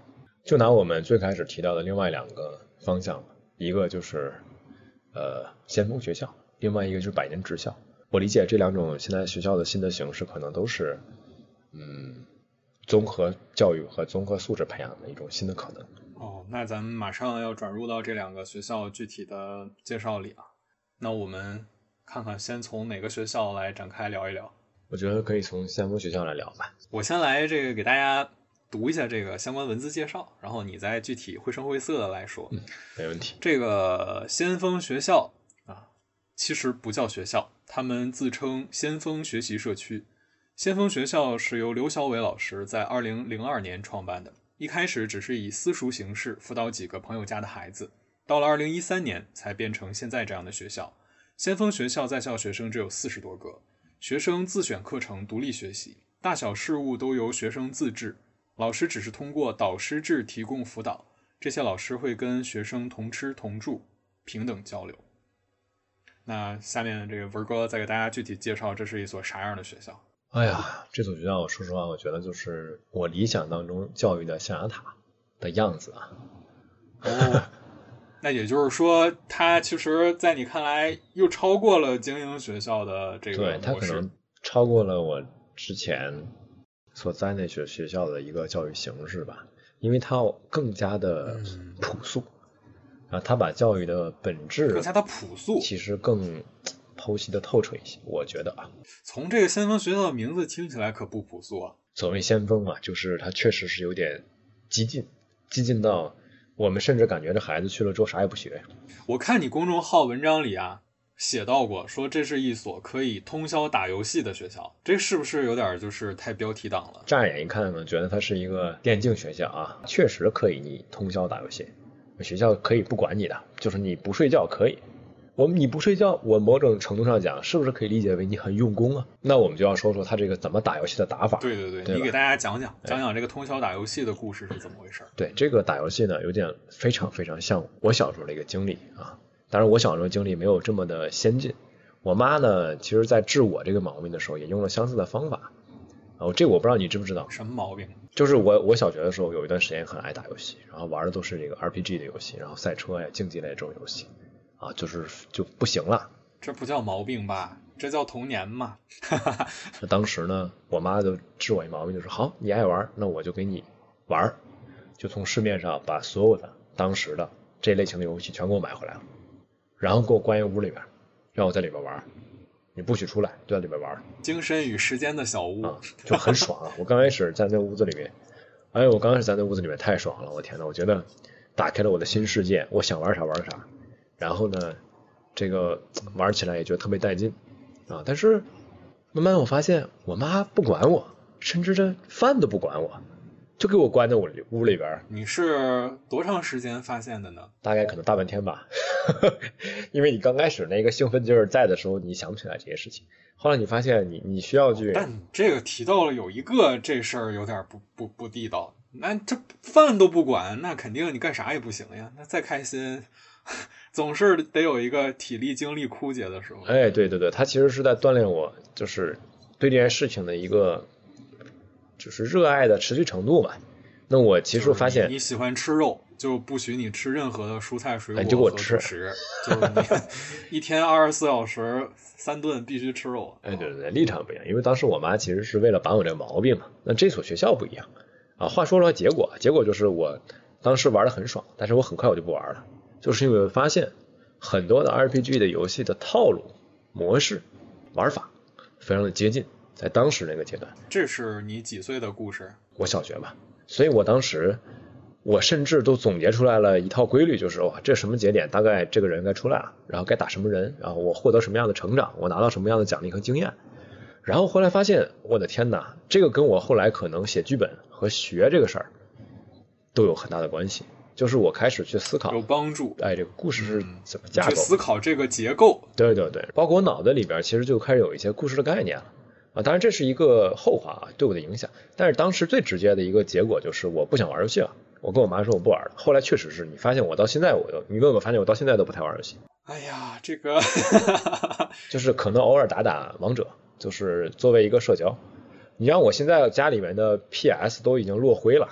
就拿我们最开始提到的另外两个方向，一个就是呃先锋学校，另外一个就是百年职校。我理解这两种现在学校的新的形式可能都是嗯综合教育和综合素质培养的一种新的可能。 哦，那咱们马上要转入到这两个学校具体的介绍里啊。那我们看看先从哪个学校来展开聊一聊。 我觉得可以从先锋学校来聊吧。 我先来这个给大家读一下这个相关文字介绍，然后你再具体绘声绘色的来说。 嗯，没问题。 这个先锋学校啊，其实不叫学校，他们自称先锋学习社区。先锋学校是由刘小伟老师在二零零二年创办的，一开始只是以私塾形式辅导几个朋友家的孩子，到了二零一三年才变成现在这样的学校。先锋学校在校学生只有四十多个，学生自选课程独立学习，大小事务都由学生自治，老师只是通过导师制提供辅导，这些老师会跟学生同吃同住，平等交流。那下面这个文哥再给大家具体介绍这是一所啥样的学校。 哎呀，这所学校我说实话我觉得就是我理想当中教育的象牙塔的样子啊。 哦，那也就是说它其实在你看来又超过了精英学校的这个模式。 对，它可能超过了我之前所在那学学校的一个教育形式吧，因为它更加的朴素，然后它把教育的本质更加的朴素， 其实更剖析的透彻一些，我觉得啊。 从这个先锋学校的名字听起来可不朴素啊。 所谓先锋嘛，就是它确实是有点激进，激进到我们甚至感觉这孩子去了之后啥也不学。 我看你公众号文章里啊写到过，说这是一所可以通宵打游戏的学校，这是不是有点就是太标题党了？ 乍眼一看呢，觉得它是一个电竞学校啊，确实可以你通宵打游戏，学校可以不管你的，就是你不睡觉可以。我们你不睡觉，我某种程度上讲，是不是可以理解为你很用功啊？那我们就要说说他这个怎么打游戏的打法。 对对对， 对， 你给大家讲讲讲讲这个通宵打游戏的故事是怎么回事。 对，这个打游戏呢，有点非常非常像我小时候的一个经历啊。当然，我小时候经历没有这么的先进。我妈呢，其实在治我这个毛病的时候，也用了相似的方法。啊，这个我不知道你知不知道。 什么毛病？ 就是我我小学的时候有一段时间很爱打游戏，然后玩的都是这个 R P G 的游戏，然后赛车呀、竞技类这种游戏。啊，就是就不行了， 这不叫毛病吧？这叫童年嘛。 当时呢，我妈就治我一毛病，就是好，你爱玩，那我就给你玩，就从市面上把所有的当时的这类型的游戏全给我买回来了，然后给我关一屋里面，让我在里边玩，你不许出来，就在里边玩。 精神与时间的小屋， 啊，就很爽啊！我刚开始在那屋子里面，哎，我刚开始在那屋子里面太爽了，我天哪！我觉得打开了我的新世界，我想玩啥玩啥。然后呢，这个玩起来也觉得特别带劲啊！但是慢慢我发现，我妈不管我，甚至这饭都不管我，就给我关在屋里屋里边。 你是多长时间发现的呢？ 大概可能大半天吧，因为你刚开始那个兴奋劲儿在的时候，你想不起来这些事情。后来你发现你你需要去， 但你这个提到了有一个这事儿有点不不不地道，那这饭都不管，那肯定你干啥也不行呀。那再开心。总是得有一个体力精力枯竭的时候。 哎，对对对，他其实是在锻炼我，就是对这件事情的一个，就是热爱的持续程度吧。那我其实发现， 就是、你, 你喜欢吃肉，就不许你吃任何的蔬菜水果和主食，就是你一天二十四小时三顿必须吃肉。 哎，对对对，立场不一样，因为当时我妈其实是为了把我这个毛病嘛。那这所学校不一样啊。话说了结果，结果就是我当时玩的很爽，但是我很快我就不玩了。就是因为我发现很多的 R P G 的游戏的套路、模式、玩法非常的接近，在当时那个阶段。 这是你几岁的故事？ 我小学吧，所以我当时我甚至都总结出来了一套规律，就是哇，这什么节点大概这个人该出来了，然后该打什么人，然后我获得什么样的成长，我拿到什么样的奖励和经验。然后后来发现，我的天哪，这个跟我后来可能写剧本和学这个事儿都有很大的关系。就是我开始去思考， 有帮助。 哎，这个故事是怎么架构？ 去思考这个结构。 对对对，包括我脑袋里边其实就开始有一些故事的概念了啊。当然这是一个后话啊，对我的影响。但是当时最直接的一个结果就是我不想玩游戏了，我跟我妈说我不玩了。后来确实是你发现我到现在，我都你问我发现我到现在都不太玩游戏。 哎呀，这个就是可能偶尔打打王者，就是作为一个社交。你让我现在家里面的 P S 都已经落灰了。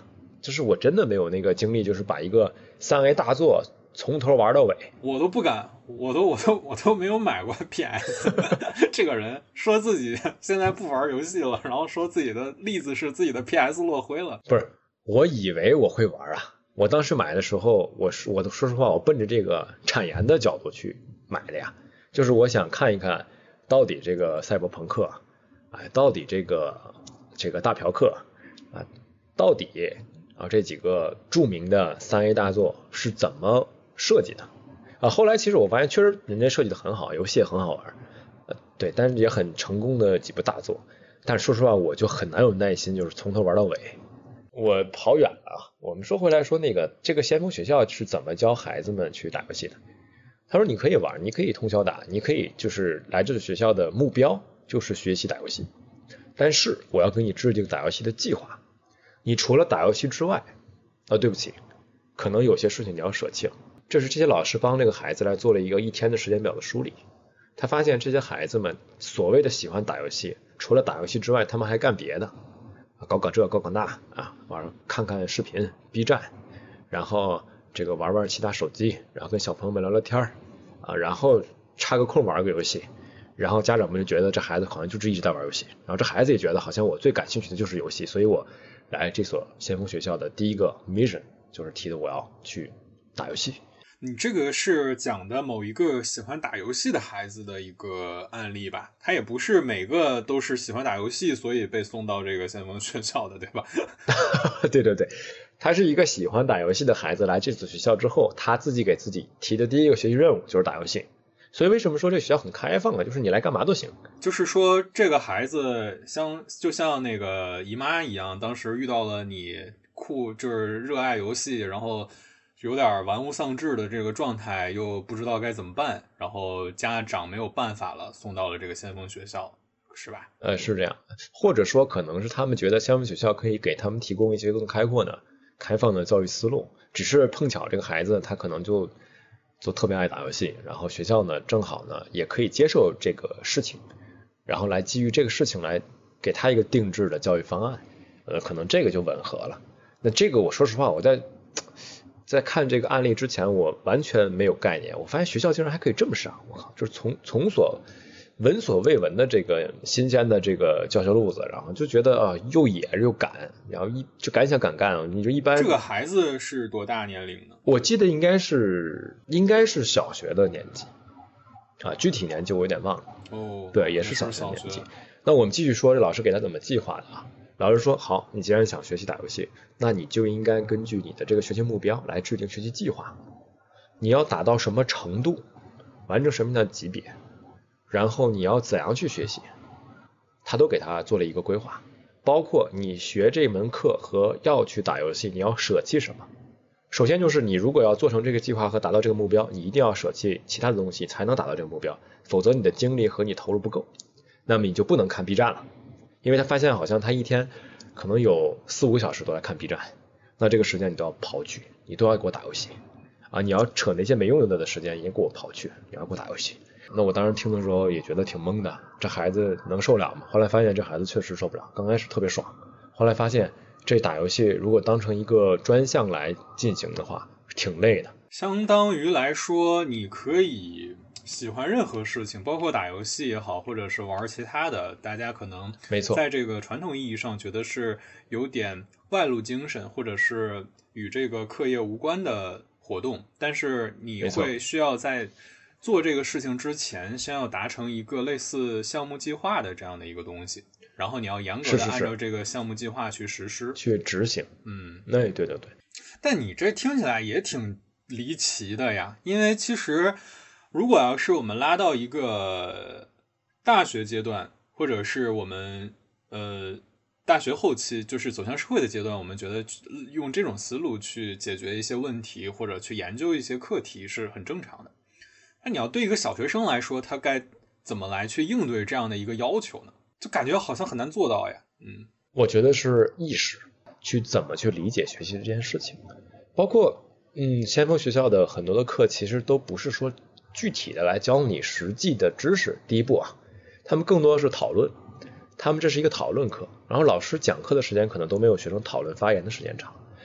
就是我真的没有那个精力，就是把一个三 A 大作从头玩到尾。 我都不敢，我都我都我都没有买过 P S。这个人说自己现在不玩游戏了，然后说自己的例子是自己的 P S 落灰了。 不是，我以为我会玩啊。我当时买的时候，我是我说实话，我奔着这个产研的角度去买的呀，就是我想看一看到底这个赛博朋克，哎，到底这个这个大嫖客啊，到底啊这几个著名的三 A 大作是怎么设计的啊？后来其实我发现，确实人家设计的很好，游戏也很好玩，呃，对，但是也很成功的几部大作。但是说实话，我就很难有耐心，就是从头玩到尾。我跑远了啊！我们说回来说那个这个先锋学校是怎么教孩子们去打游戏的？他说你可以玩，你可以通宵打，你可以就是来这个学校的目标就是学习打游戏，但是我要给你制定打游戏的计划。你除了打游戏之外，啊，对不起，可能有些事情你要舍弃了。这是这些老师帮这个孩子来做了一个一天的时间表的梳理。他发现这些孩子们所谓的喜欢打游戏，除了打游戏之外，他们还干别的。搞搞这搞搞那啊，玩看看视频 B 站，然后这个玩玩其他手机，然后跟小朋友们聊聊天啊，然后插个空玩个游戏，然后家长们就觉得这孩子好像就一直在玩游戏，然后这孩子也觉得好像我最感兴趣的就是游戏，所以我来这所先锋学校的第一个 mission 就是提的我要去打游戏。 你这个是讲的某一个喜欢打游戏的孩子的一个案例吧？他也不是每个都是喜欢打游戏，所以被送到这个先锋学校的，对吧？ 对对对，他是一个喜欢打游戏的孩子，来这所学校之后，他自己给自己提的第一个学习任务就是打游戏。所以为什么说这个学校很开放啊？就是你来干嘛都行。 就是说这个孩子像就像那个姨妈一样，当时遇到了你酷就是热爱游戏，然后有点玩物丧志的这个状态，又不知道该怎么办，然后家长没有办法了，送到了这个先锋学校，是吧？ 呃，是这样，或者说可能是他们觉得先锋学校可以给他们提供一些更开阔的、开放的教育思路，只是碰巧这个孩子他可能就就特别爱打游戏，然后学校呢正好呢也可以接受这个事情，然后来基于这个事情来给他一个定制的教育方案，呃，可能这个就吻合了。那这个我说实话，我在在看这个案例之前，我完全没有概念。我发现学校竟然还可以这么上，我靠，就是从从所闻所未闻的这个新鲜的这个教学路子，然后就觉得啊，又野又敢，然后一就敢想敢干。你就一般这个孩子是多大年龄呢？ 我记得应该是应该是小学的年纪啊，具体年纪我有点忘了。 哦， 对，也是小学年纪。那我们继续说，这老师给他怎么计划的啊？老师说，好，你既然想学习打游戏，那你就应该根据你的这个学习目标来制定学习计划。你要达到什么程度，完成什么样的级别，然后你要怎样去学习，他都给他做了一个规划。包括你学这门课和要去打游戏，你要舍弃什么。首先就是你如果要做成这个计划和达到这个目标，你一定要舍弃其他的东西才能达到这个目标，否则你的精力和你投入不够，那么你就不能看 B 站了。因为他发现好像他一天可能有四五个小时都在看 B 站，那这个时间你都要刨去，你都要给我打游戏啊！你要扯那些没用的的时间也给我刨去，你要给我打游戏。那我当时听的时候也觉得挺懵的，这孩子能受了吗？后来发现这孩子确实受不了，刚开始特别爽，后来发现这打游戏如果当成一个专项来进行的话，挺累的。 相当于来说，你可以喜欢任何事情，包括打游戏也好，或者是玩其他的，大家可能没错， 在这个传统意义上觉得是有点外露精神，或者是与这个课业无关的活动，但是你会需要在做这个事情之前，先要达成一个类似项目计划的这样的一个东西，然后你要严格的按照这个项目计划去实施、 是是是去执行。 嗯， 那对对对。 但你这听起来也挺离奇的呀，因为其实如果要是我们拉到一个大学阶段，或者是我们呃大学后期就是走向社会的阶段，我们觉得用这种思路去解决一些问题或者去研究一些课题是很正常的。那你要对一个小学生来说，他该怎么来去应对这样的一个要求呢？就感觉好像很难做到呀。嗯， 我觉得是意识去怎么去理解学习这件事情，包括嗯，先锋学校的很多的课其实都不是说具体的来教你实际的知识。第一步啊，他们更多的是讨论，他们这是一个讨论课，然后老师讲课的时间可能都没有学生讨论发言的时间长，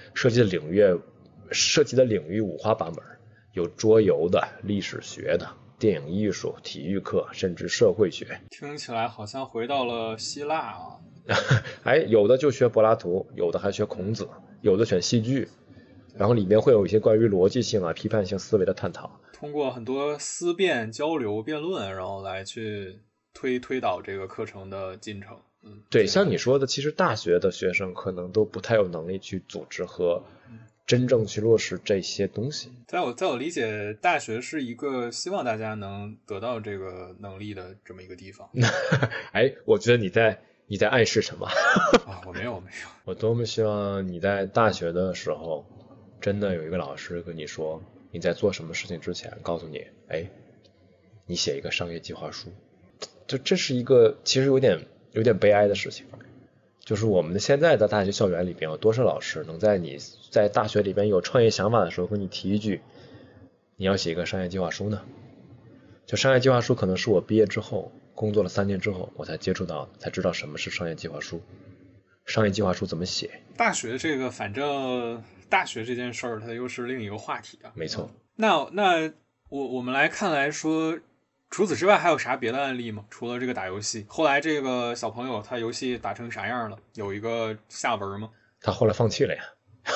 涉及的领域涉及的领域五花八门，有桌游的、历史学的、电影艺术、体育课，甚至社会学。 听起来好像回到了希腊啊。 哎，有的就学柏拉图，有的还学孔子，有的选戏剧，然后里面会有一些关于逻辑性啊、批判性思维的探讨。 通过很多思辨、交流、辩论，然后来去推推导这个课程的进程。嗯， 对，像你说的，其实大学的学生可能都不太有能力去组织和真正去落实这些东西。 在我在我理解，大学是一个希望大家能得到这个能力的这么一个地方。 哎，我觉得你在你在暗示什么？ 啊，我没有，我没有。 我多么希望你在大学的时候，真的有一个老师跟你说，你在做什么事情之前，告诉你，哎，你写一个商业计划书。就这是一个其实有点有点悲哀的事情。就是我们的现在的大学校园里边有多少老师能在你在大学里边有创业想法的时候跟你提一句，你要写一个商业计划书呢？就商业计划书可能是我毕业之后工作了三年之后我才接触到，才知道什么是商业计划书，商业计划书怎么写。 大学这个反正大学这件事儿它又是另一个话题啊。 没错。 那那我我们来看来说，除此之外还有啥别的案例吗？除了这个打游戏，后来这个小朋友他游戏打成啥样了？有一个下文吗？ 他后来放弃了呀。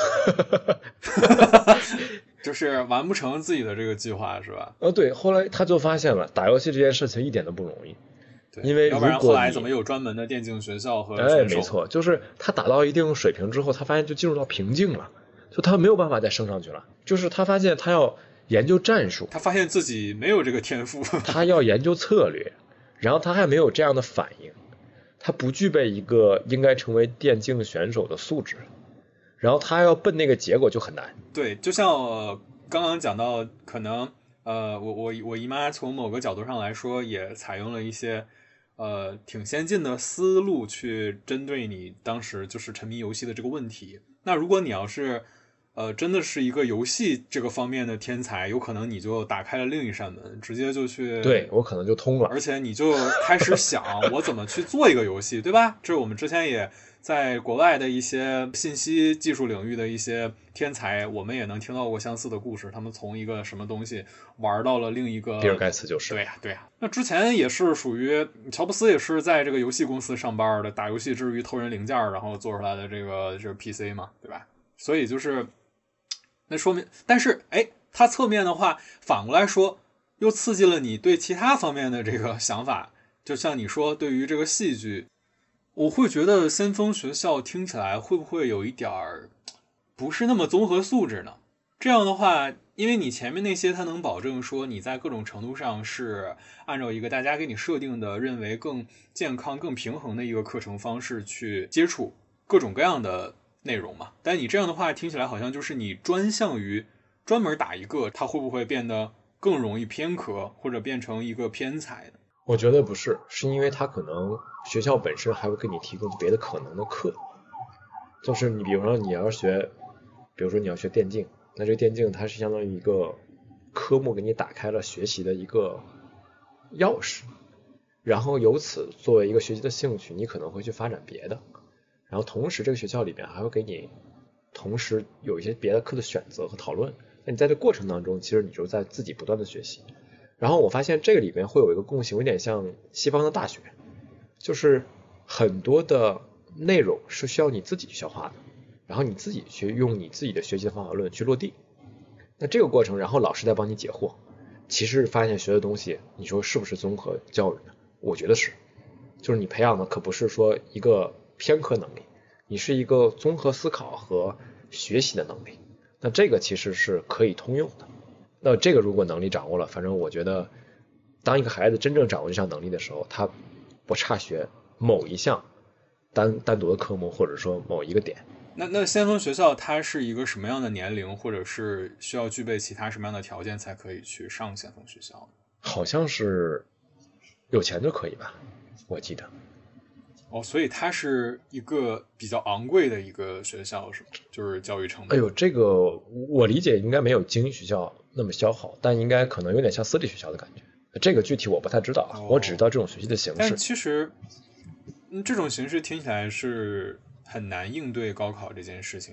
就是完不成自己的这个计划是吧？ 哦，对，后来他就发现了打游戏这件事情一点都不容易。 对， 因为要不然后来怎么有专门的电竞学校和选手？ 哎，没错，就是他打到一定水平之后，他发现就进入到瓶颈了，就他没有办法再升上去了。就是他发现他要研究战术， 他发现自己没有这个天赋， 他要研究策略，然后他还没有这样的反应，他不具备一个应该成为电竞选手的素质，然后他要奔那个结果就很难。 对，就像我刚刚讲到，可能呃，我我我姨妈从某个角度上来说，也采用了一些呃挺先进的思路去针对你当时就是沉迷游戏的这个问题。那如果你要是呃真的是一个游戏这个方面的天才，有可能你就打开了另一扇门，直接就去， 对，我可能就通了， 而且你就开始想我怎么去做一个游戏，对吧？这是我们之前也在国外的一些信息技术领域的一些天才，我们也能听到过相似的故事，他们从一个什么东西玩到了另一个。 比尔盖茨就是。 对呀、啊、对呀、啊。那之前也是属于乔布斯，也是在这个游戏公司上班的，打游戏之余偷人零件，然后做出来的这个这个 P C 嘛，对吧？所以就是那说明，但是哎，它侧面的话，反过来说，又刺激了你对其他方面的这个想法。就像你说，对于这个戏剧，我会觉得先锋学校听起来会不会有一点儿不是那么综合素质呢？这样的话，因为你前面那些它能保证说你在各种程度上是按照一个大家给你设定的认为更健康更平衡的一个课程方式去接触各种各样的内容嘛。但你这样的话听起来好像就是你专项于专门打一个，它会不会变得更容易偏科或者变成一个偏才呢？ 我觉得不是，是因为他可能学校本身还会给你提供别的可能的课，就是你比如说你要学，比如说你要学电竞，那这个电竞它是相当于一个科目给你打开了学习的一个钥匙，然后由此作为一个学习的兴趣，你可能会去发展别的，然后同时这个学校里面还会给你同时有一些别的课的选择和讨论，那你在这过程当中其实你就在自己不断的学习。然后我发现这个里面会有一个共性，有点像西方的大学，就是很多的内容是需要你自己去消化的，然后你自己去用你自己的学习的方法论去落地。那这个过程，然后老师在帮你解惑。其实发现学的东西，你说是不是综合教育呢？我觉得是，就是你培养的可不是说一个偏科能力，你是一个综合思考和学习的能力。那这个其实是可以通用的。那这个如果能力掌握了，反正我觉得当一个孩子真正掌握这项能力的时候，他不差学某一项单单独的科目，或者说某一个点。 那那先锋学校它是一个什么样的年龄，或者是需要具备其他什么样的条件才可以去上先锋学校？ 好像是有钱就可以吧，我记得。 哦，所以它是一个比较昂贵的一个学校，是吗？就是教育成本。 哎呦，这个我理解应该没有精英学校那么消耗，但应该可能有点像私立学校的感觉。这个具体我不太知道，哦、我只知道这种学习的形式。 但其实，嗯，这种形式听起来是很难应对高考这件事情的。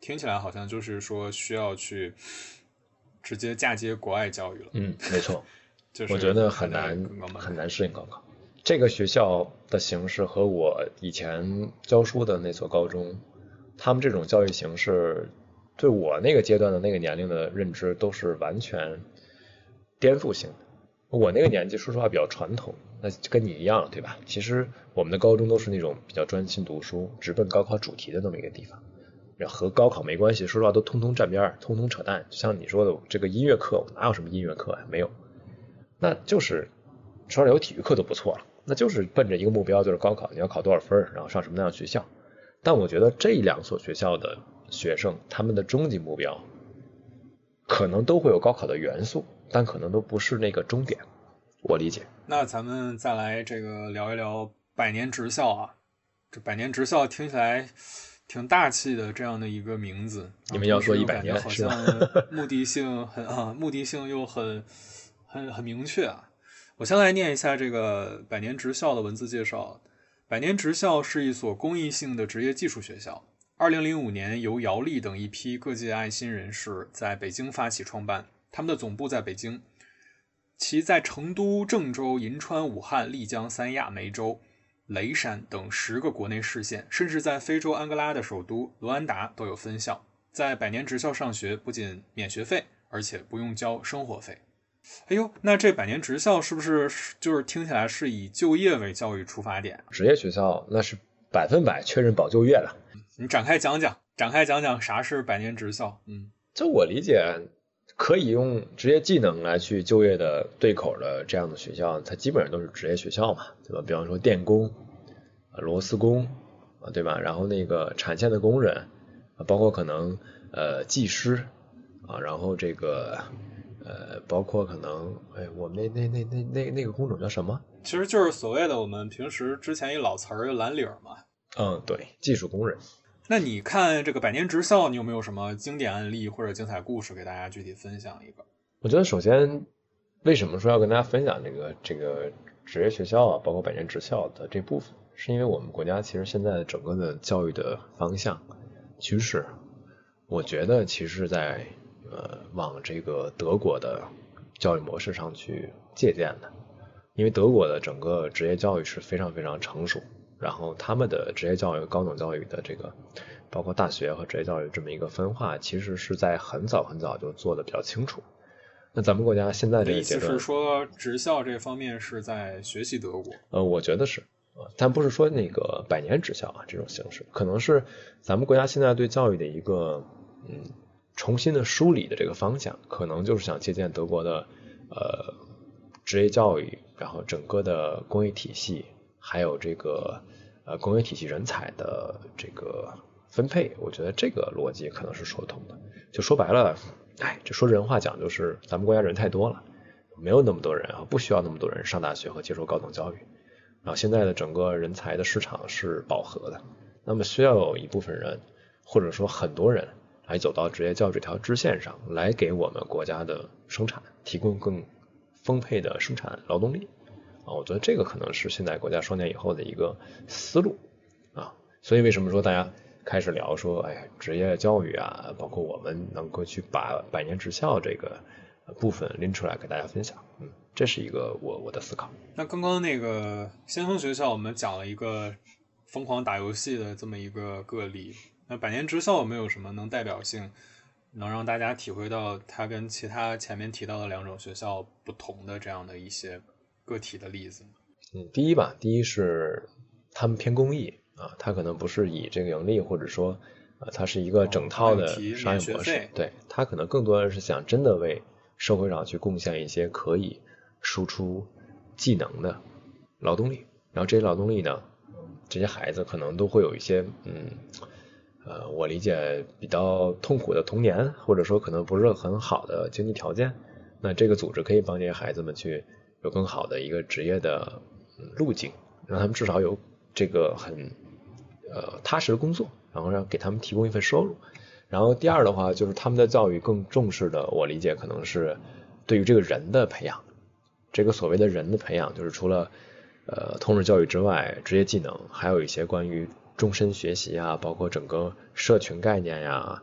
听起来好像就是说需要去直接嫁接国外教育了。 嗯，没错。 就是我觉得很难很难适应高考。这个学校的形式和我以前教书的那所高中，他们这种教育形式，对我那个阶段的那个年龄的认知都是完全颠覆性的。我那个年纪说实话比较传统，那跟你一样，对吧？其实我们的高中都是那种比较专心读书、直奔高考主题的那么一个地方，和高考没关系，说实话都通通站边，通通扯淡。就像你说的，这个音乐课哪有什么音乐课啊？没有，那就是说有体育课都不错了，那就是奔着一个目标，就是高考，你要考多少分，然后上什么样的学校。但我觉得这两所学校的学生，他们的终极目标可能都会有高考的元素，但可能都不是那个终点，我理解。 那咱们再来这个聊一聊百年职校啊，这百年职校听起来挺大气的，这样的一个名字。 你们要说一百年好像目的性很啊，目的性又很很很明确啊。我先来念一下这个百年职校的文字介绍。百年职校是一所公益性的职业技术学校，二零零五年由姚丽等一批各界爱心人士在北京发起创办，他们的总部在北京，其在成都、郑州、银川、武汉、丽江、三亚、梅州、雷山等十个国内市县，甚至在非洲安哥拉的首都卢安达都有分校。在百年职校上学不仅免学费，而且不用交生活费。哎呦，那这百年职校是不是就是听起来是以就业为教育出发点？ 职业学校那是百分百确认保就业了。 你展开讲讲，展开讲讲啥是百年职校？嗯， 就我理解，可以用职业技能来去就业的对口的这样的学校，它基本上都是职业学校嘛，对吧？比方说电工、螺丝工，对吧？然后那个产线的工人，包括可能呃技师啊，然后这个。呃，包括可能，哎，我们那那那那那那个工种叫什么？ 其实就是所谓的我们平时之前一老词儿，蓝领嘛。 嗯，对，技术工人。 那你看这个百年职校，你有没有什么经典案例或者精彩故事给大家具体分享一个？ 我觉得首先，为什么说要跟大家分享这个这个职业学校啊，包括百年职校的这部分，是因为我们国家其实现在整个的教育的方向趋势，我觉得其实在。呃，往这个德国的教育模式上去借鉴的，因为德国的整个职业教育是非常非常成熟，然后他们的职业教育、高等教育的这个，包括大学和职业教育这么一个分化，其实是在很早很早就做的比较清楚。那咱们国家现在这个阶段， 意思是说职校这方面是在学习德国？ 呃，我觉得是，但不是说那个百年职校啊这种形式，可能是咱们国家现在对教育的一个嗯。重新的梳理的这个方向，可能就是想借鉴德国的呃职业教育，然后整个的工业体系，还有这个呃工业体系人才的这个分配，我觉得这个逻辑可能是说得通的。就说白了，哎，这说人话讲就是咱们国家人太多了，没有那么多人啊，不需要那么多人上大学和接受高等教育。然后现在的整个人才的市场是饱和的，那么需要有一部分人，或者说很多人。来走到职业教育这条支线上，来给我们国家的生产提供更丰沛的生产劳动力啊，我觉得这个可能是现在国家双减以后的一个思路啊。所以为什么说大家开始聊说，哎，职业教育啊，包括我们能够去把百年职校这个部分拎出来给大家分享，嗯，这是一个我我的思考。 那刚刚那个先锋学校，我们讲了一个疯狂打游戏的这么一个个例。那百年职校有没有什么能代表性，能让大家体会到它跟其他前面提到的两种学校不同的这样的一些个体的例子？ 嗯，第一吧，第一是他们偏公益啊，它可能不是以这个盈利，或者说呃，它是一个整套的商业模式， 哦、 对，它可能更多的是想真的为社会上去贡献一些可以输出技能的劳动力，然后这些劳动力呢，这些孩子可能都会有一些嗯。呃，我理解比较痛苦的童年，或者说可能不是很好的经济条件，那这个组织可以帮这些孩子们去有更好的一个职业的路径，让他们至少有这个很呃踏实的工作，然后让给他们提供一份收入。然后第二的话，就是他们的教育更重视的，我理解可能是对于这个人的培养。这个所谓的人的培养，就是除了呃通识教育之外，职业技能，还有一些关于终身学习啊，包括整个社群概念呀，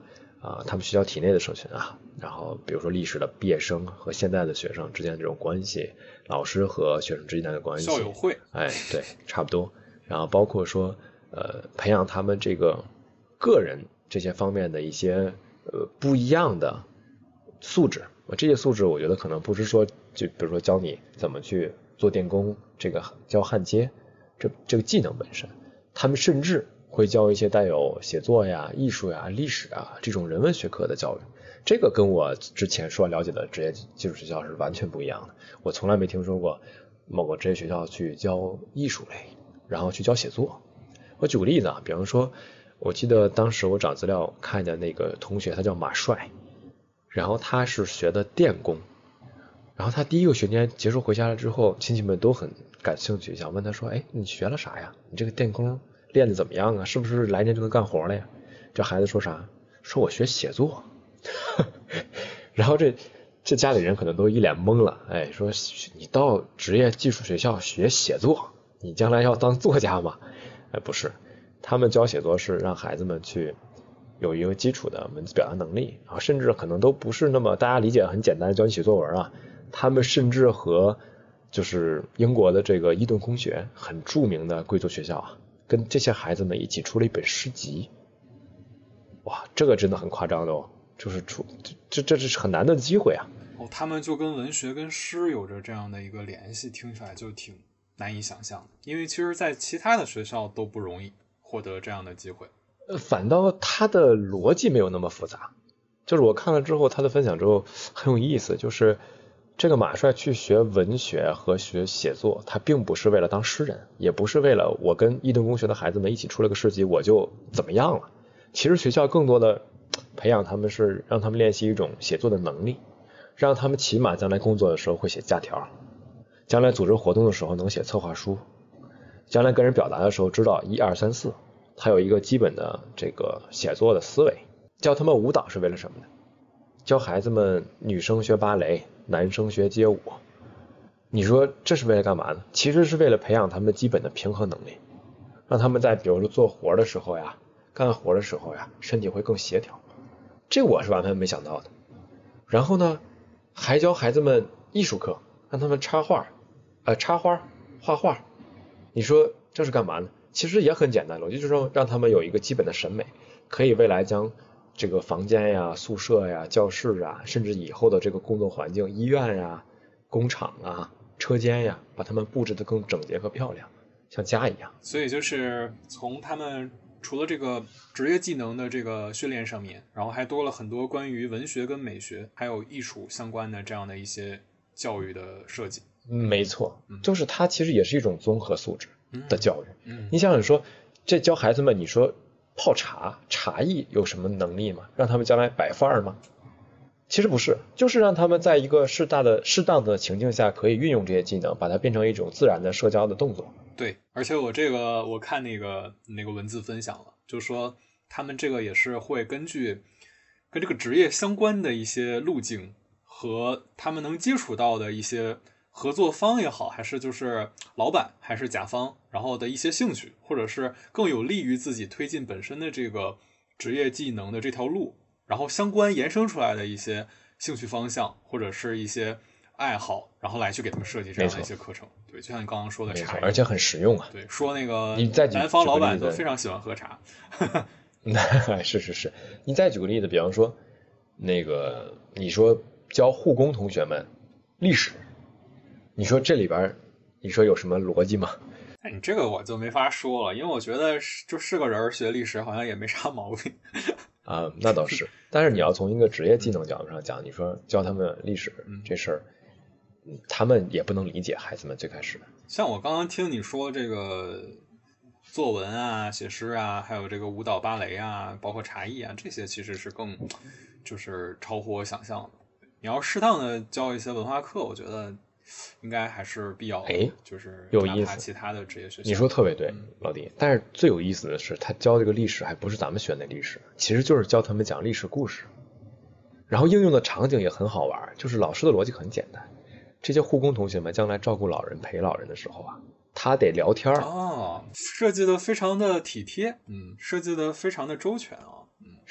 啊，他们学校体内的社群啊，然后比如说历史的毕业生和现在的学生之间的这种关系，老师和学生之间的关系， 校友会， 哎，对，差不多。然后包括说，呃，培养他们这个个人这些方面的一些呃不一样的素质。这些素质我觉得可能不是说，就比如说教你怎么去做电工，这个教焊接，这这个技能本身，他们甚至会教一些带有写作呀、艺术呀、历史啊这种人文学科的教育。这个跟我之前说了解的职业技术学校是完全不一样的。我从来没听说过某个职业学校去教艺术类，然后去教写作。我举个例子啊，比方说，我记得当时我找资料看的那个同学，他叫马帅，然后他是学的电工，然后他第一个学年结束回家了之后，亲戚们都很感兴趣，想问他说：“哎，你学了啥呀？你这个电工练得怎么样啊？是不是来年就能干活了呀？”这孩子说啥？说我学写作。然后这这家里人可能都一脸懵了，哎，说你到职业技术学校学写作，你将来要当作家吗？哎，不是，他们教写作是让孩子们去有一个基础的文字表达能力啊，甚至可能都不是那么大家理解很简单的教你写作文啊，他们甚至和就是英国的这个伊顿公学很著名的贵族学校啊，跟这些孩子们一起出了一本诗集。哇，这个真的很夸张的哦，就是出这这这是很难得的机会啊。 哦，他们就跟文学跟诗有着这样的一个联系，听起来就挺难以想象的。因为其实在其他的学校都不容易获得这样的机会。 呃，反倒他的逻辑没有那么复杂。就是我看了之后，他的分享之后很有意思，就是这个马帅去学文学和学写作，他并不是为了当诗人，也不是为了我跟伊顿公学的孩子们一起出了个诗集我就怎么样了。其实学校更多的培养他们是让他们练习一种写作的能力，让他们起码将来工作的时候会写假条，将来组织活动的时候能写策划书，将来跟人表达的时候知道一二三四，他有一个基本的这个写作的思维。教他们舞蹈是为了什么呢？教孩子们女生学芭蕾，男生学街舞。你说这是为了干嘛呢？其实是为了培养他们基本的平衡能力，让他们在比如说做活的时候呀，干活的时候呀，身体会更协调。这我是完全没想到的。然后呢，还教孩子们艺术课，让他们插画，呃，插花、画画。你说这是干嘛呢？其实也很简单，逻辑就是说让他们有一个基本的审美，可以未来将这个房间呀、宿舍呀、教室啊，甚至以后的这个工作环境，医院呀、工厂啊、车间呀，把他们布置得更整洁和漂亮，像家一样。 所以就是从他们除了这个职业技能的这个训练上面，然后还多了很多关于文学跟美学还有艺术相关的这样的一些教育的设计。 没错，就是它其实也是一种综合素质的教育。 嗯嗯、 你想想说，这教孩子们，你说泡茶、茶艺有什么能力吗？让他们将来摆范儿吗？其实不是，就是让他们在一个适当的、适当的情境下，可以运用这些技能，把它变成一种自然的社交的动作。 对，而且我这个我看那个那个文字分享了，就说他们这个也是会根据跟这个职业相关的一些路径和他们能接触到的一些合作方也好，还是就是老板还是甲方，然后的一些兴趣，或者是更有利于自己推进本身的这个职业技能的这条路，然后相关延伸出来的一些兴趣方向或者是一些爱好，然后来去给他们设计这样的一些课程。对，就像你刚刚说的茶， 而且很实用啊。 对，说那个你再南方老板都非常喜欢喝茶。 是是是，你再举个例子，比方说那个你说教护工同学们历史，你说这里边你说有什么逻辑吗？ 哎，你这个我就没法说了，因为我觉得就是个人学历史好像也没啥毛病。 啊，那倒是，但是你要从一个职业技能角度上讲，你说教他们历史这事儿，他们也不能理解。孩子们最开始， 像我刚刚听你说这个作文啊、写诗啊，还有这个舞蹈、芭蕾啊，包括茶艺啊，这些其实是更就是超乎我想象的。你要适当的教一些文化课，我觉得应该还是必要的。 哎， 就是有意思。 其他的职业学校， 你说特别对，老弟。但是最有意思的是，他教这个历史还不是咱们学的历史，其实就是教他们讲历史故事。然后应用的场景也很好玩，就是老师的逻辑很简单。这些护工同学们将来照顾老人、陪老人的时候啊，他得聊天哦，设计的非常的体贴，嗯，设计的非常的周全啊。嗯，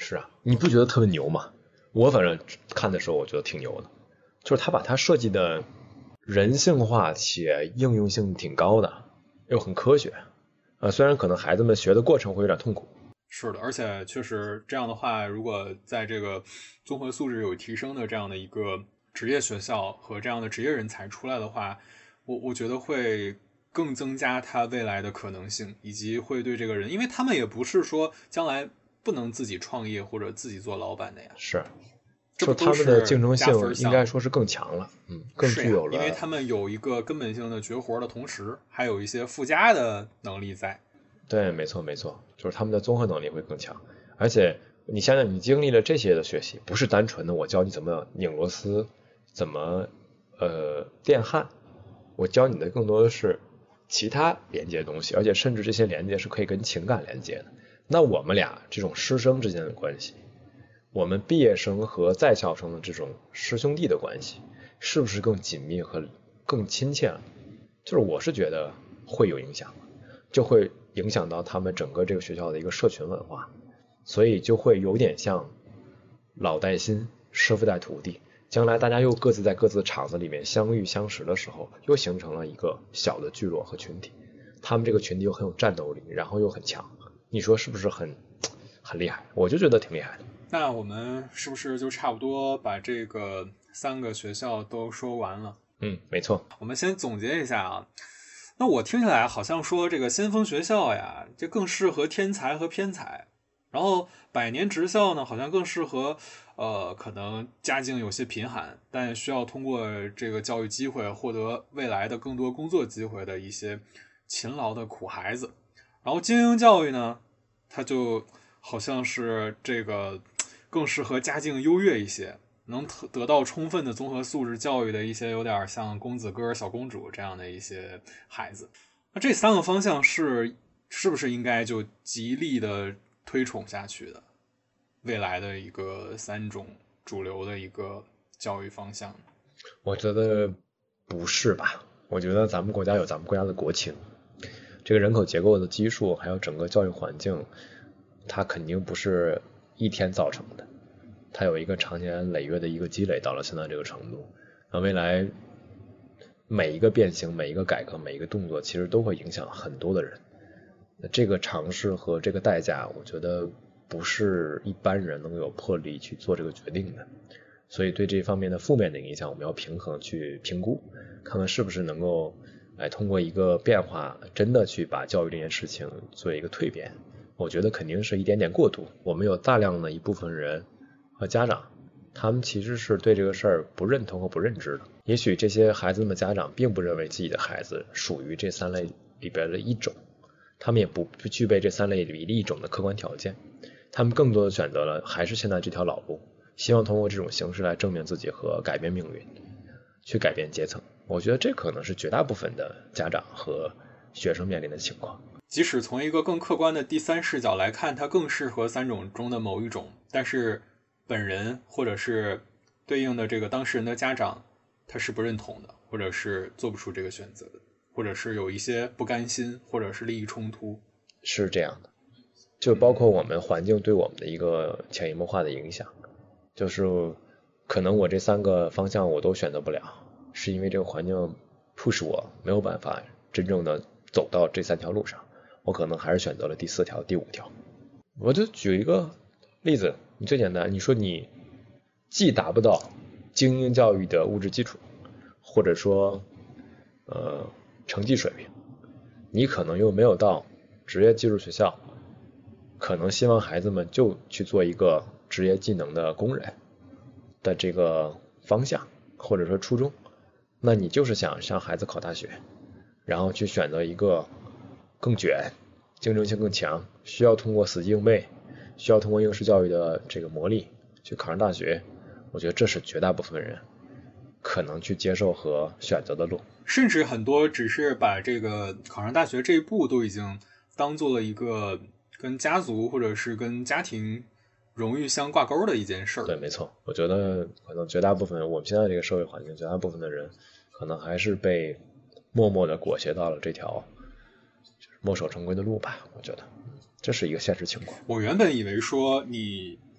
是啊，你不觉得特别牛吗？我反正看的时候我觉得挺牛的，就是他把它设计的人性化且应用性挺高的，又很科学。呃，虽然可能孩子们学的过程会有点痛苦。 是的，而且确实这样的话，如果在这个综合素质有提升的这样的一个职业学校和这样的职业人才出来的话，我我觉得会更增加他未来的可能性，以及会对这个人，因为他们也不是说将来不能自己创业或者自己做老板的呀。 是， 这不就他们的竞争性应该说是更强了，嗯，更具有了， 因为他们有一个根本性的绝活的同时，还有一些附加的能力在。 对，没错没错，就是他们的综合能力会更强。而且你想想，你经历了这些的学习，不是单纯的我教你怎么拧螺丝，怎么呃电焊，我教你的更多的是其他连接的东西，而且甚至这些连接是可以跟情感连接的。那我们俩这种师生之间的关系，我们毕业生和在校生的这种师兄弟的关系，是不是更紧密和更亲切了？就是我是觉得会有影响，就会影响到他们整个这个学校的一个社群文化，所以就会有点像老带新，师傅带徒弟。将来大家又各自在各自的厂子里面相遇相识的时候，又形成了一个小的聚落和群体。他们这个群体又很有战斗力，然后又很强，你说是不是很很厉害？我就觉得挺厉害的。 那我们是不是就差不多把这个三个学校都说完了？ 嗯，没错。 我们先总结一下啊。那我听起来好像说这个先锋学校呀，这更适合天才和偏才，然后百年职校呢，好像更适合呃可能家境有些贫寒，但需要通过这个教育机会获得未来的更多工作机会的一些勤劳的苦孩子。然后精英教育呢，它就好像是这个更适合家境优越一些，能得到充分的综合素质教育的一些有点像公子哥小公主这样的一些孩子。那这三个方向是是不是应该就极力的推崇下去的未来的一个三种主流的一个教育方向？ 我觉得不是吧，我觉得咱们国家有咱们国家的国情，这个人口结构的基数还有整个教育环境，它肯定不是一天造成的，它有一个长年累月的一个积累，到了现在这个程度。那未来每一个变形，每一个改革，每一个动作，其实都会影响很多的人。那这个尝试和这个代价，我觉得不是一般人能有魄力去做这个决定的。所以对这方面的负面的影响，我们要平衡去评估，看看是不是能够哎通过一个变化，真的去把教育这件事情做一个蜕变。我觉得肯定是一点点过渡。我们有大量的一部分人和家长，他们其实是对这个事儿不认同和不认知的。也许这些孩子们家长并不认为自己的孩子属于这三类里边的一种，他们也不具备这三类里一种的客观条件，他们更多的选择了还是现在这条老路，希望通过这种形式来证明自己和改变命运，去改变阶层。我觉得这可能是绝大部分的家长和学生面临的情况。 即使从一个更客观的第三视角来看，它更适合三种中的某一种，但是本人或者是对应的这个当事人的家长，他是不认同的，或者是做不出这个选择的，或者是有一些不甘心，或者是利益冲突。 是这样的，就包括我们环境对我们的一个潜移默化的影响，就是可能我这三个方向我都选择不了，是因为这个环境 push 我没有办法真正的走到这三条路上，我可能还是选择了第四条第五条。我就举一个例子，你最简单，你说你既达不到精英教育的物质基础，或者说呃成绩水平，你可能又没有到职业技术学校，可能希望孩子们就去做一个职业技能的工人的这个方向，或者说初衷，那你就是想让孩子考大学，然后去选择一个更卷、竞争性更强，需要通过死记硬背，需要通过应试教育的这个磨砺去考上大学。我觉得这是绝大部分人可能去接受和选择的路， 甚至很多只是把这个考上大学这一步都已经当做了一个跟家族或者是跟家庭荣誉相挂钩的一件事儿。 对，没错，我觉得可能绝大部分我们现在这个社会环境，绝大部分的人可能还是被默默的裹挟到了这条就是墨守成规的路吧。我觉得这是一个现实情况。 我原本以为说你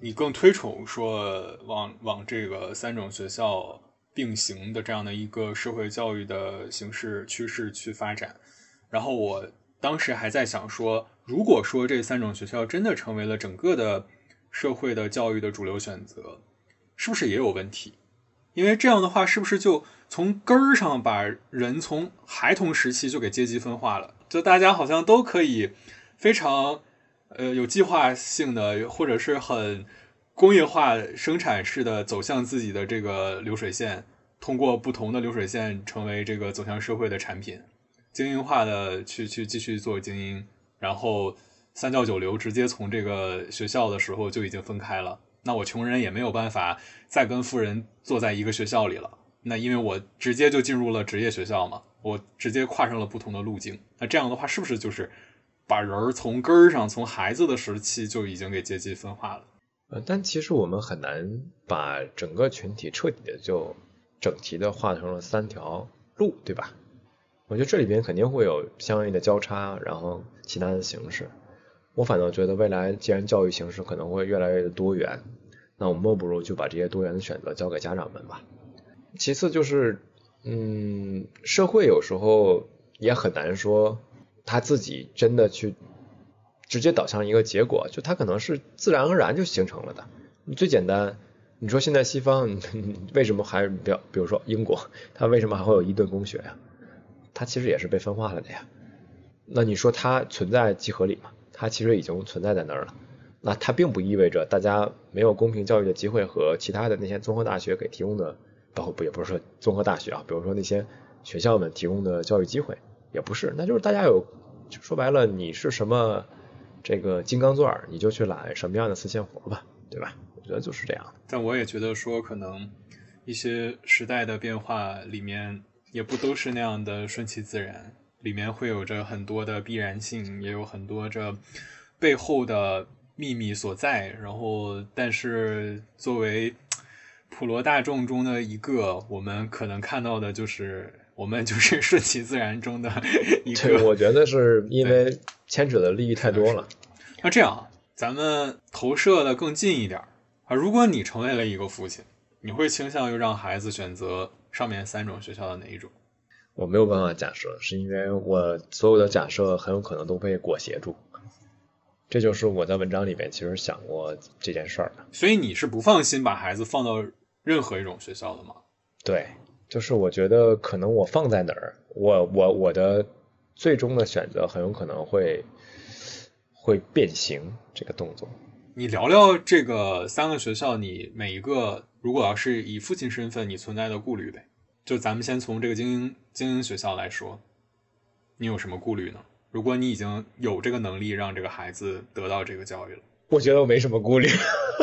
你更推崇说往往这个三种学校并行的这样的一个社会教育的形式趋势去发展。然后我当时还在想说，如果说这三种学校真的成为了整个的社会的教育的主流选择，是不是也有问题？因为这样的话，是不是就从根儿上把人从孩童时期就给阶级分化了？就大家好像都可以非常呃有计划性的，或者是很工业化生产式的走向自己的这个流水线，通过不同的流水线成为这个走向社会的产品，精英化的去去继续做精英，然后三教九流直接从这个学校的时候就已经分开了。那我穷人也没有办法再跟富人坐在一个学校里了，那因为我直接就进入了职业学校嘛，我直接跨上了不同的路径。那这样的话，是不是就是把人从根儿上，从孩子的时期就已经给阶级分化了？ 呃，但其实我们很难把整个群体彻底的就整齐的划成了三条路，对吧？我觉得这里边肯定会有相应的交叉，然后其他的形式。我反倒觉得未来既然教育形式可能会越来越多元，那我们莫不如就把这些多元的选择交给家长们吧。其次就是，嗯，社会有时候也很难说他自己真的去直接导向一个结果，就他可能是自然而然就形成了的。你最简单，你说现在西方为什么还比比如说英国，它为什么还会有伊顿公学呀？它其实也是被分化了的呀。那你说它存在即合理吗？它其实已经存在在那儿了。那它并不意味着大家没有公平教育的机会和其他的那些综合大学给提供的，包括也不是说综合大学啊，比如说那些学校们提供的教育机会，也不是，那就是大家有，说白了，你是什么这个金刚钻，你就去揽什么样的丝线活吧，对吧？我觉得就是这样。 但我也觉得说，可能一些时代的变化里面，也不都是那样的顺其自然，里面会有着很多的必然性，也有很多着背后的秘密所在。然后，但是作为普罗大众中的一个，我们可能看到的就是我们就是顺其自然中的一个。 对，我觉得是因为牵扯的利益太多了。 那这样，咱们投射的更近一点啊，如果你成为了一个父亲，你会倾向于让孩子选择上面三种学校的哪一种？ 我没有办法假设，是因为我所有的假设很有可能都被裹挟住。这就是我在文章里面其实想过这件事儿的。 所以你是不放心把孩子放到任何一种学校的吗？ 对，就是我觉得可能我放在哪儿，我我我的最终的选择很有可能会会变形这个动作。 你聊聊这个三个学校，你每一个如果要是以父亲身份，你存在的顾虑呗。就咱们先从这个精英精英学校来说，你有什么顾虑呢？如果你已经有这个能力让这个孩子得到这个教育了， 我觉得我没什么顾虑。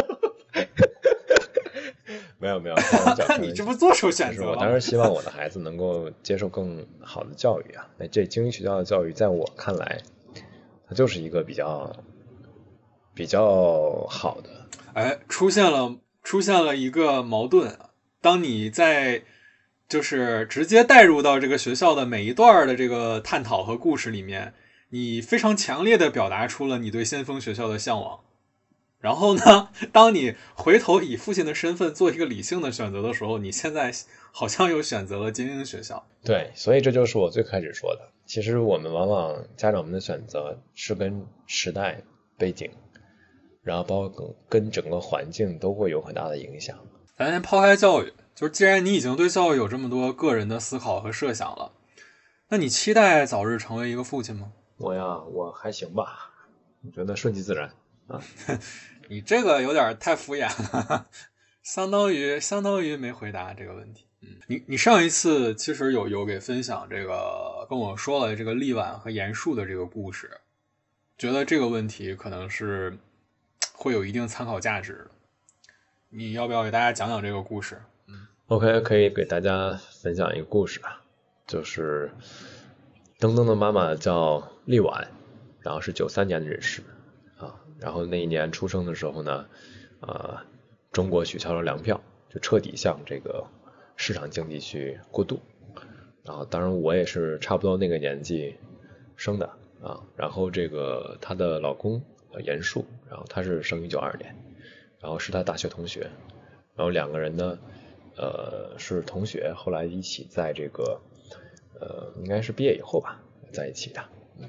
没有没有， 你这不做出选择吗？ 我当然希望我的孩子能够接受更好的教育啊。那这精英学校的教育，在我看来，它就是一个比较比较好的。 哎，出现了出现了一个矛盾。当你在就是直接带入到这个学校的每一段的这个探讨和故事里面，你非常强烈的表达出了你对先锋学校的向往。然后呢，当你回头以父亲的身份做一个理性的选择的时候，你现在好像又选择了精英学校。 对，所以这就是我最开始说的。其实我们往往家长们的选择是跟时代背景，然后包括跟整个环境都会有很大的影响。 咱先抛开教育，就是既然你已经对教育有这么多个人的思考和设想了，那你期待早日成为一个父亲吗？ 我呀，我还行吧，我觉得顺其自然啊。 你这个有点太敷衍了，相当于相当于没回答这个问题。嗯，你你上一次其实有有给分享这个跟我说了这个力挽和严树的这个故事，觉得这个问题可能是会有一定参考价值的。你要不要给大家讲讲这个故事？嗯 OK， 可以给大家分享一个故事啊，就是登登的妈妈叫力挽，然后是九三年的人士啊，然后那一年出生的时候呢，呃，中国取消了粮票，就彻底向这个市场经济去过渡。然后当然我也是差不多那个年纪生的啊，然后这个她的老公严树，然后他是生于九二年， 然后是他大学同学，然后两个人呢，呃，是同学，后来一起在这个，呃，应该是毕业以后吧，在一起的。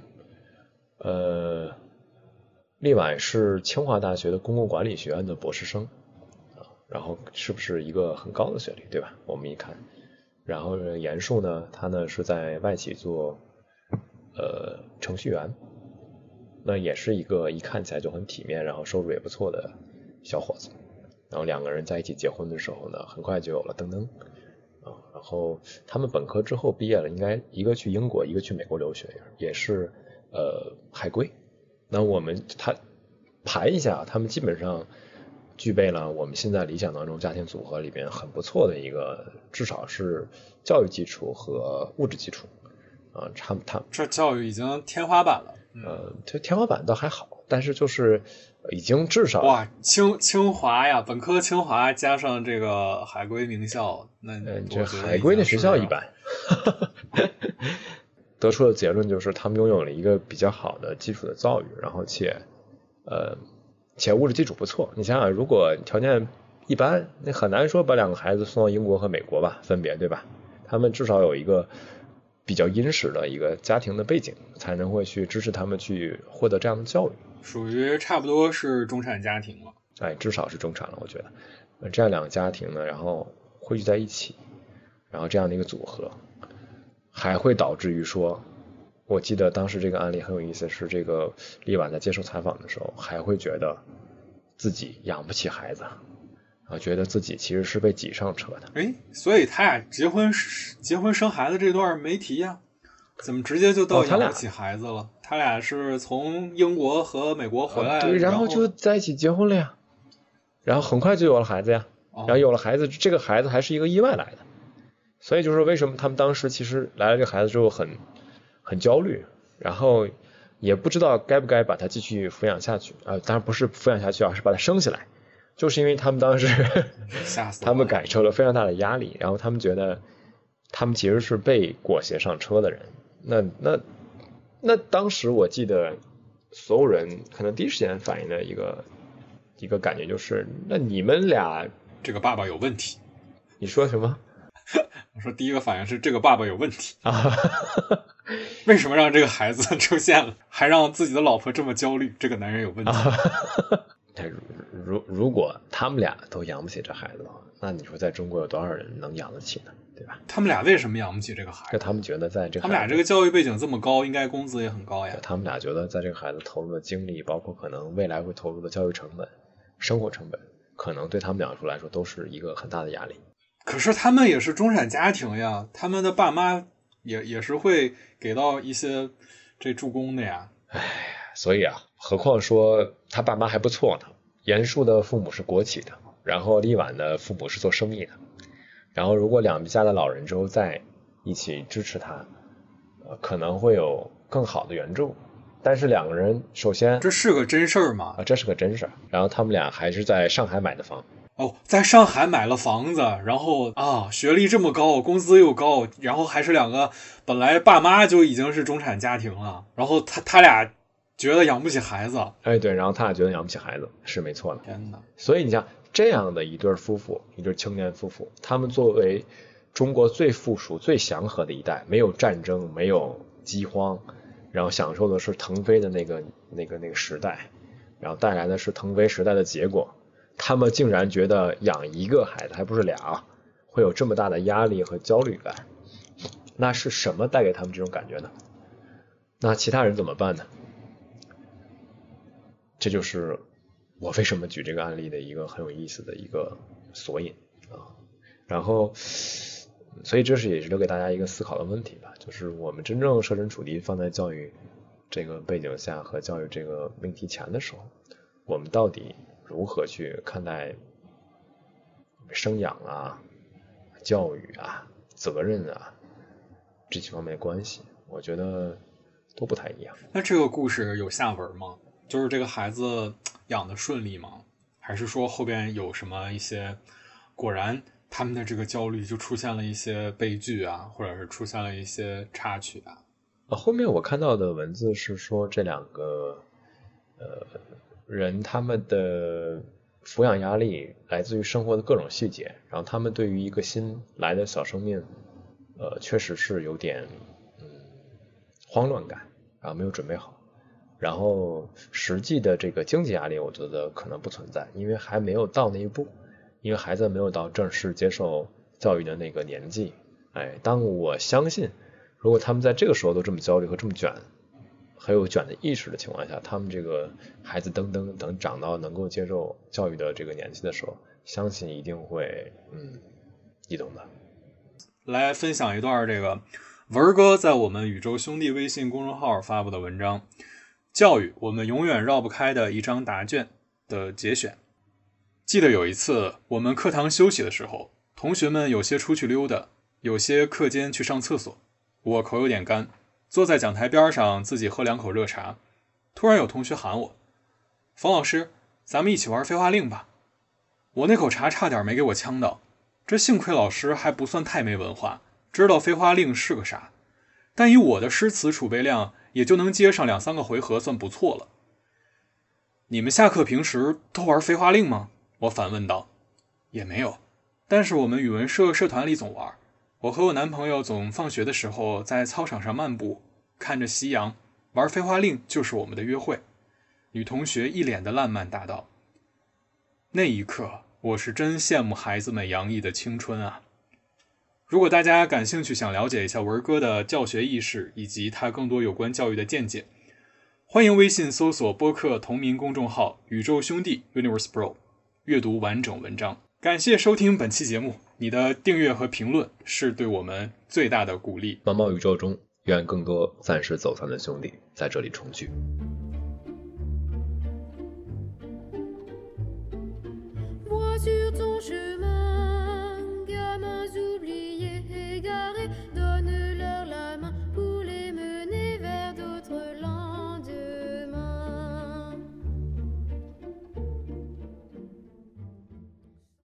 呃，力婉是清华大学的公共管理学院的博士生，啊，然后是不是一个很高的学历，对吧？我们一看，然后严树呢，他呢是在外企做呃程序员，那也是一个一看起来就很体面，然后收入也不错的小伙子。然后两个人在一起结婚的时候呢，很快就有了登登啊。然后他们本科之后毕业了，应该一个去英国，一个去美国留学，也是呃海归。那我们他盘一下，他们基本上具备了我们现在理想当中家庭组合里边很不错的一个，至少是教育基础和物质基础啊。他们他这教育已经天花板了。 呃，这天花板倒还好，但是就是已经至少哇，清清华呀，本科清华加上这个海归名校，那嗯，这海归的学校一般。得出的结论就是他们拥有了一个比较好的基础的教育，然后且呃且物质基础不错。你想想，如果条件一般，那很难说把两个孩子送到英国和美国吧，分别，对吧？他们至少有一个比较殷实的一个家庭的背景，才能会去支持他们去获得这样的教育， 属于差不多是中产家庭了。 哎，至少是中产了，我觉得。这样两个家庭呢，然后汇聚在一起，然后这样的一个组合，还会导致于说，我记得当时这个案例很有意思，是这个力婉在接受采访的时候，还会觉得自己养不起孩子。啊，觉得自己其实是被挤上车的。 哎，所以他俩结婚结婚生孩子这段没提呀，怎么直接就到养不起孩子了？哦、他, 俩他俩是从英国和美国回来， 啊、对，然后就在一起结婚了呀，然后很快就有了孩子呀， 哦、 然后有了孩子，这个孩子还是一个意外来的，所以就是为什么他们当时其实来了这个孩子之后很很焦虑，然后也不知道该不该把他继续抚养下去啊、呃，当然不是抚养下去啊，是把他生下来。就是因为他们当时他们感受了非常大的压力，然后他们觉得他们其实是被裹挟上车的人。那那那当时我记得所有人可能第一时间反应的一个一个感觉就是，那你们俩这个爸爸有问题。 你说什么？ 我说第一个反应是这个爸爸有问题啊， 为什么让这个孩子出现了，还让自己的老婆这么焦虑？这个男人有问题。 啊如如果他们俩都养不起这孩子的话，那你说在中国有多少人能养得起呢？对吧？ 他们俩为什么养不起这个孩子？ 他们觉得在这个他们俩这个教育背景这么高，应该工资也很高呀。 他们俩觉得在这个孩子投入的精力，包括可能未来会投入的教育成本、生活成本，可能对他们两个来说都是一个很大的压力。 可是他们也是中产家庭呀，他们的爸妈也也是会给到一些这助攻的呀。 唉，所以啊，何况说他爸妈还不错呢。严树的父母是国企的，然后力婉的父母是做生意的，然后如果两家的老人之后再一起支持他，呃，可能会有更好的援助。但是两个人首先这是个真事儿吗？ 啊，这是个真事儿。然后他们俩还是在上海买的房。 哦，在上海买了房子，然后啊，学历这么高，工资又高，然后还是两个本来爸妈就已经是中产家庭了，然后他他俩觉得养不起孩子。 哎，对，然后他俩觉得养不起孩子是没错的。 天哪！ 所以你像这样的一对夫妇，一对青年夫妇，他们作为中国最富庶、最祥和的一代，没有战争，没有饥荒，然后享受的是腾飞的那个、那个、那个时代，然后带来的是腾飞时代的结果。他们竟然觉得养一个孩子，还不是俩，会有这么大的压力和焦虑感。那是什么带给他们这种感觉呢？那其他人怎么办呢？这就是我为什么举这个案例的一个很有意思的一个索引啊。然后，所以这是也是留给大家一个思考的问题吧，就是我们真正设身处地放在教育这个背景下和教育这个命题前的时候，我们到底如何去看待生养啊、教育啊、责任啊这几方面的关系？我觉得都不太一样。 那这个故事有下文吗？就是这个孩子养得顺利吗？还是说后边有什么一些果然他们的这个焦虑就出现了一些悲剧啊，或者是出现了一些插曲啊？ 啊，后面我看到的文字是说这两个呃人他们的抚养压力来自于生活的各种细节，然后他们对于一个新来的小生命，呃，确实是有点嗯慌乱感，然后没有准备好。然后实际的这个经济压力，我觉得可能不存在，因为还没有到那一步，因为孩子没有到正式接受教育的那个年纪。哎，当我相信，如果他们在这个时候都这么焦虑和这么卷，很有卷的意识的情况下，他们这个孩子噔噔等长到能够接受教育的这个年纪的时候，相信一定会嗯，你懂的。 来分享一段这个文哥在我们宇宙兄弟微信公众号发布的文章，教育我们永远绕不开的一张答卷的节选。记得有一次我们课堂休息的时候，同学们有些出去溜达，有些课间去上厕所，我口有点干，坐在讲台边上自己喝两口热茶。突然有同学喊我，冯老师，咱们一起玩废话令吧。我那口茶差点没给我呛到，这幸亏老师还不算太没文化，知道废话令是个啥，但以我的诗词储备量也就能接上两三个回合算不错了。你们下课平时都玩废话令吗？我反问道。也没有，但是我们语文社社团里总玩。我和我男朋友总放学的时候在操场上漫步，看着夕阳，玩废话令就是我们的约会。女同学一脸的烂漫答道。那一刻我是真羡慕孩子们洋溢的青春啊。如果大家感兴趣想了解一下文哥的教学意识以及他更多有关教育的见解，欢迎微信搜索播客同名公众号宇宙兄弟 Universe Bro 阅读完整文章。感谢收听本期节目，你的订阅和评论是对我们最大的鼓励。 茫茫宇宙中，愿更多暂时走散的兄弟在这里重聚。 Vois-tu ton chemin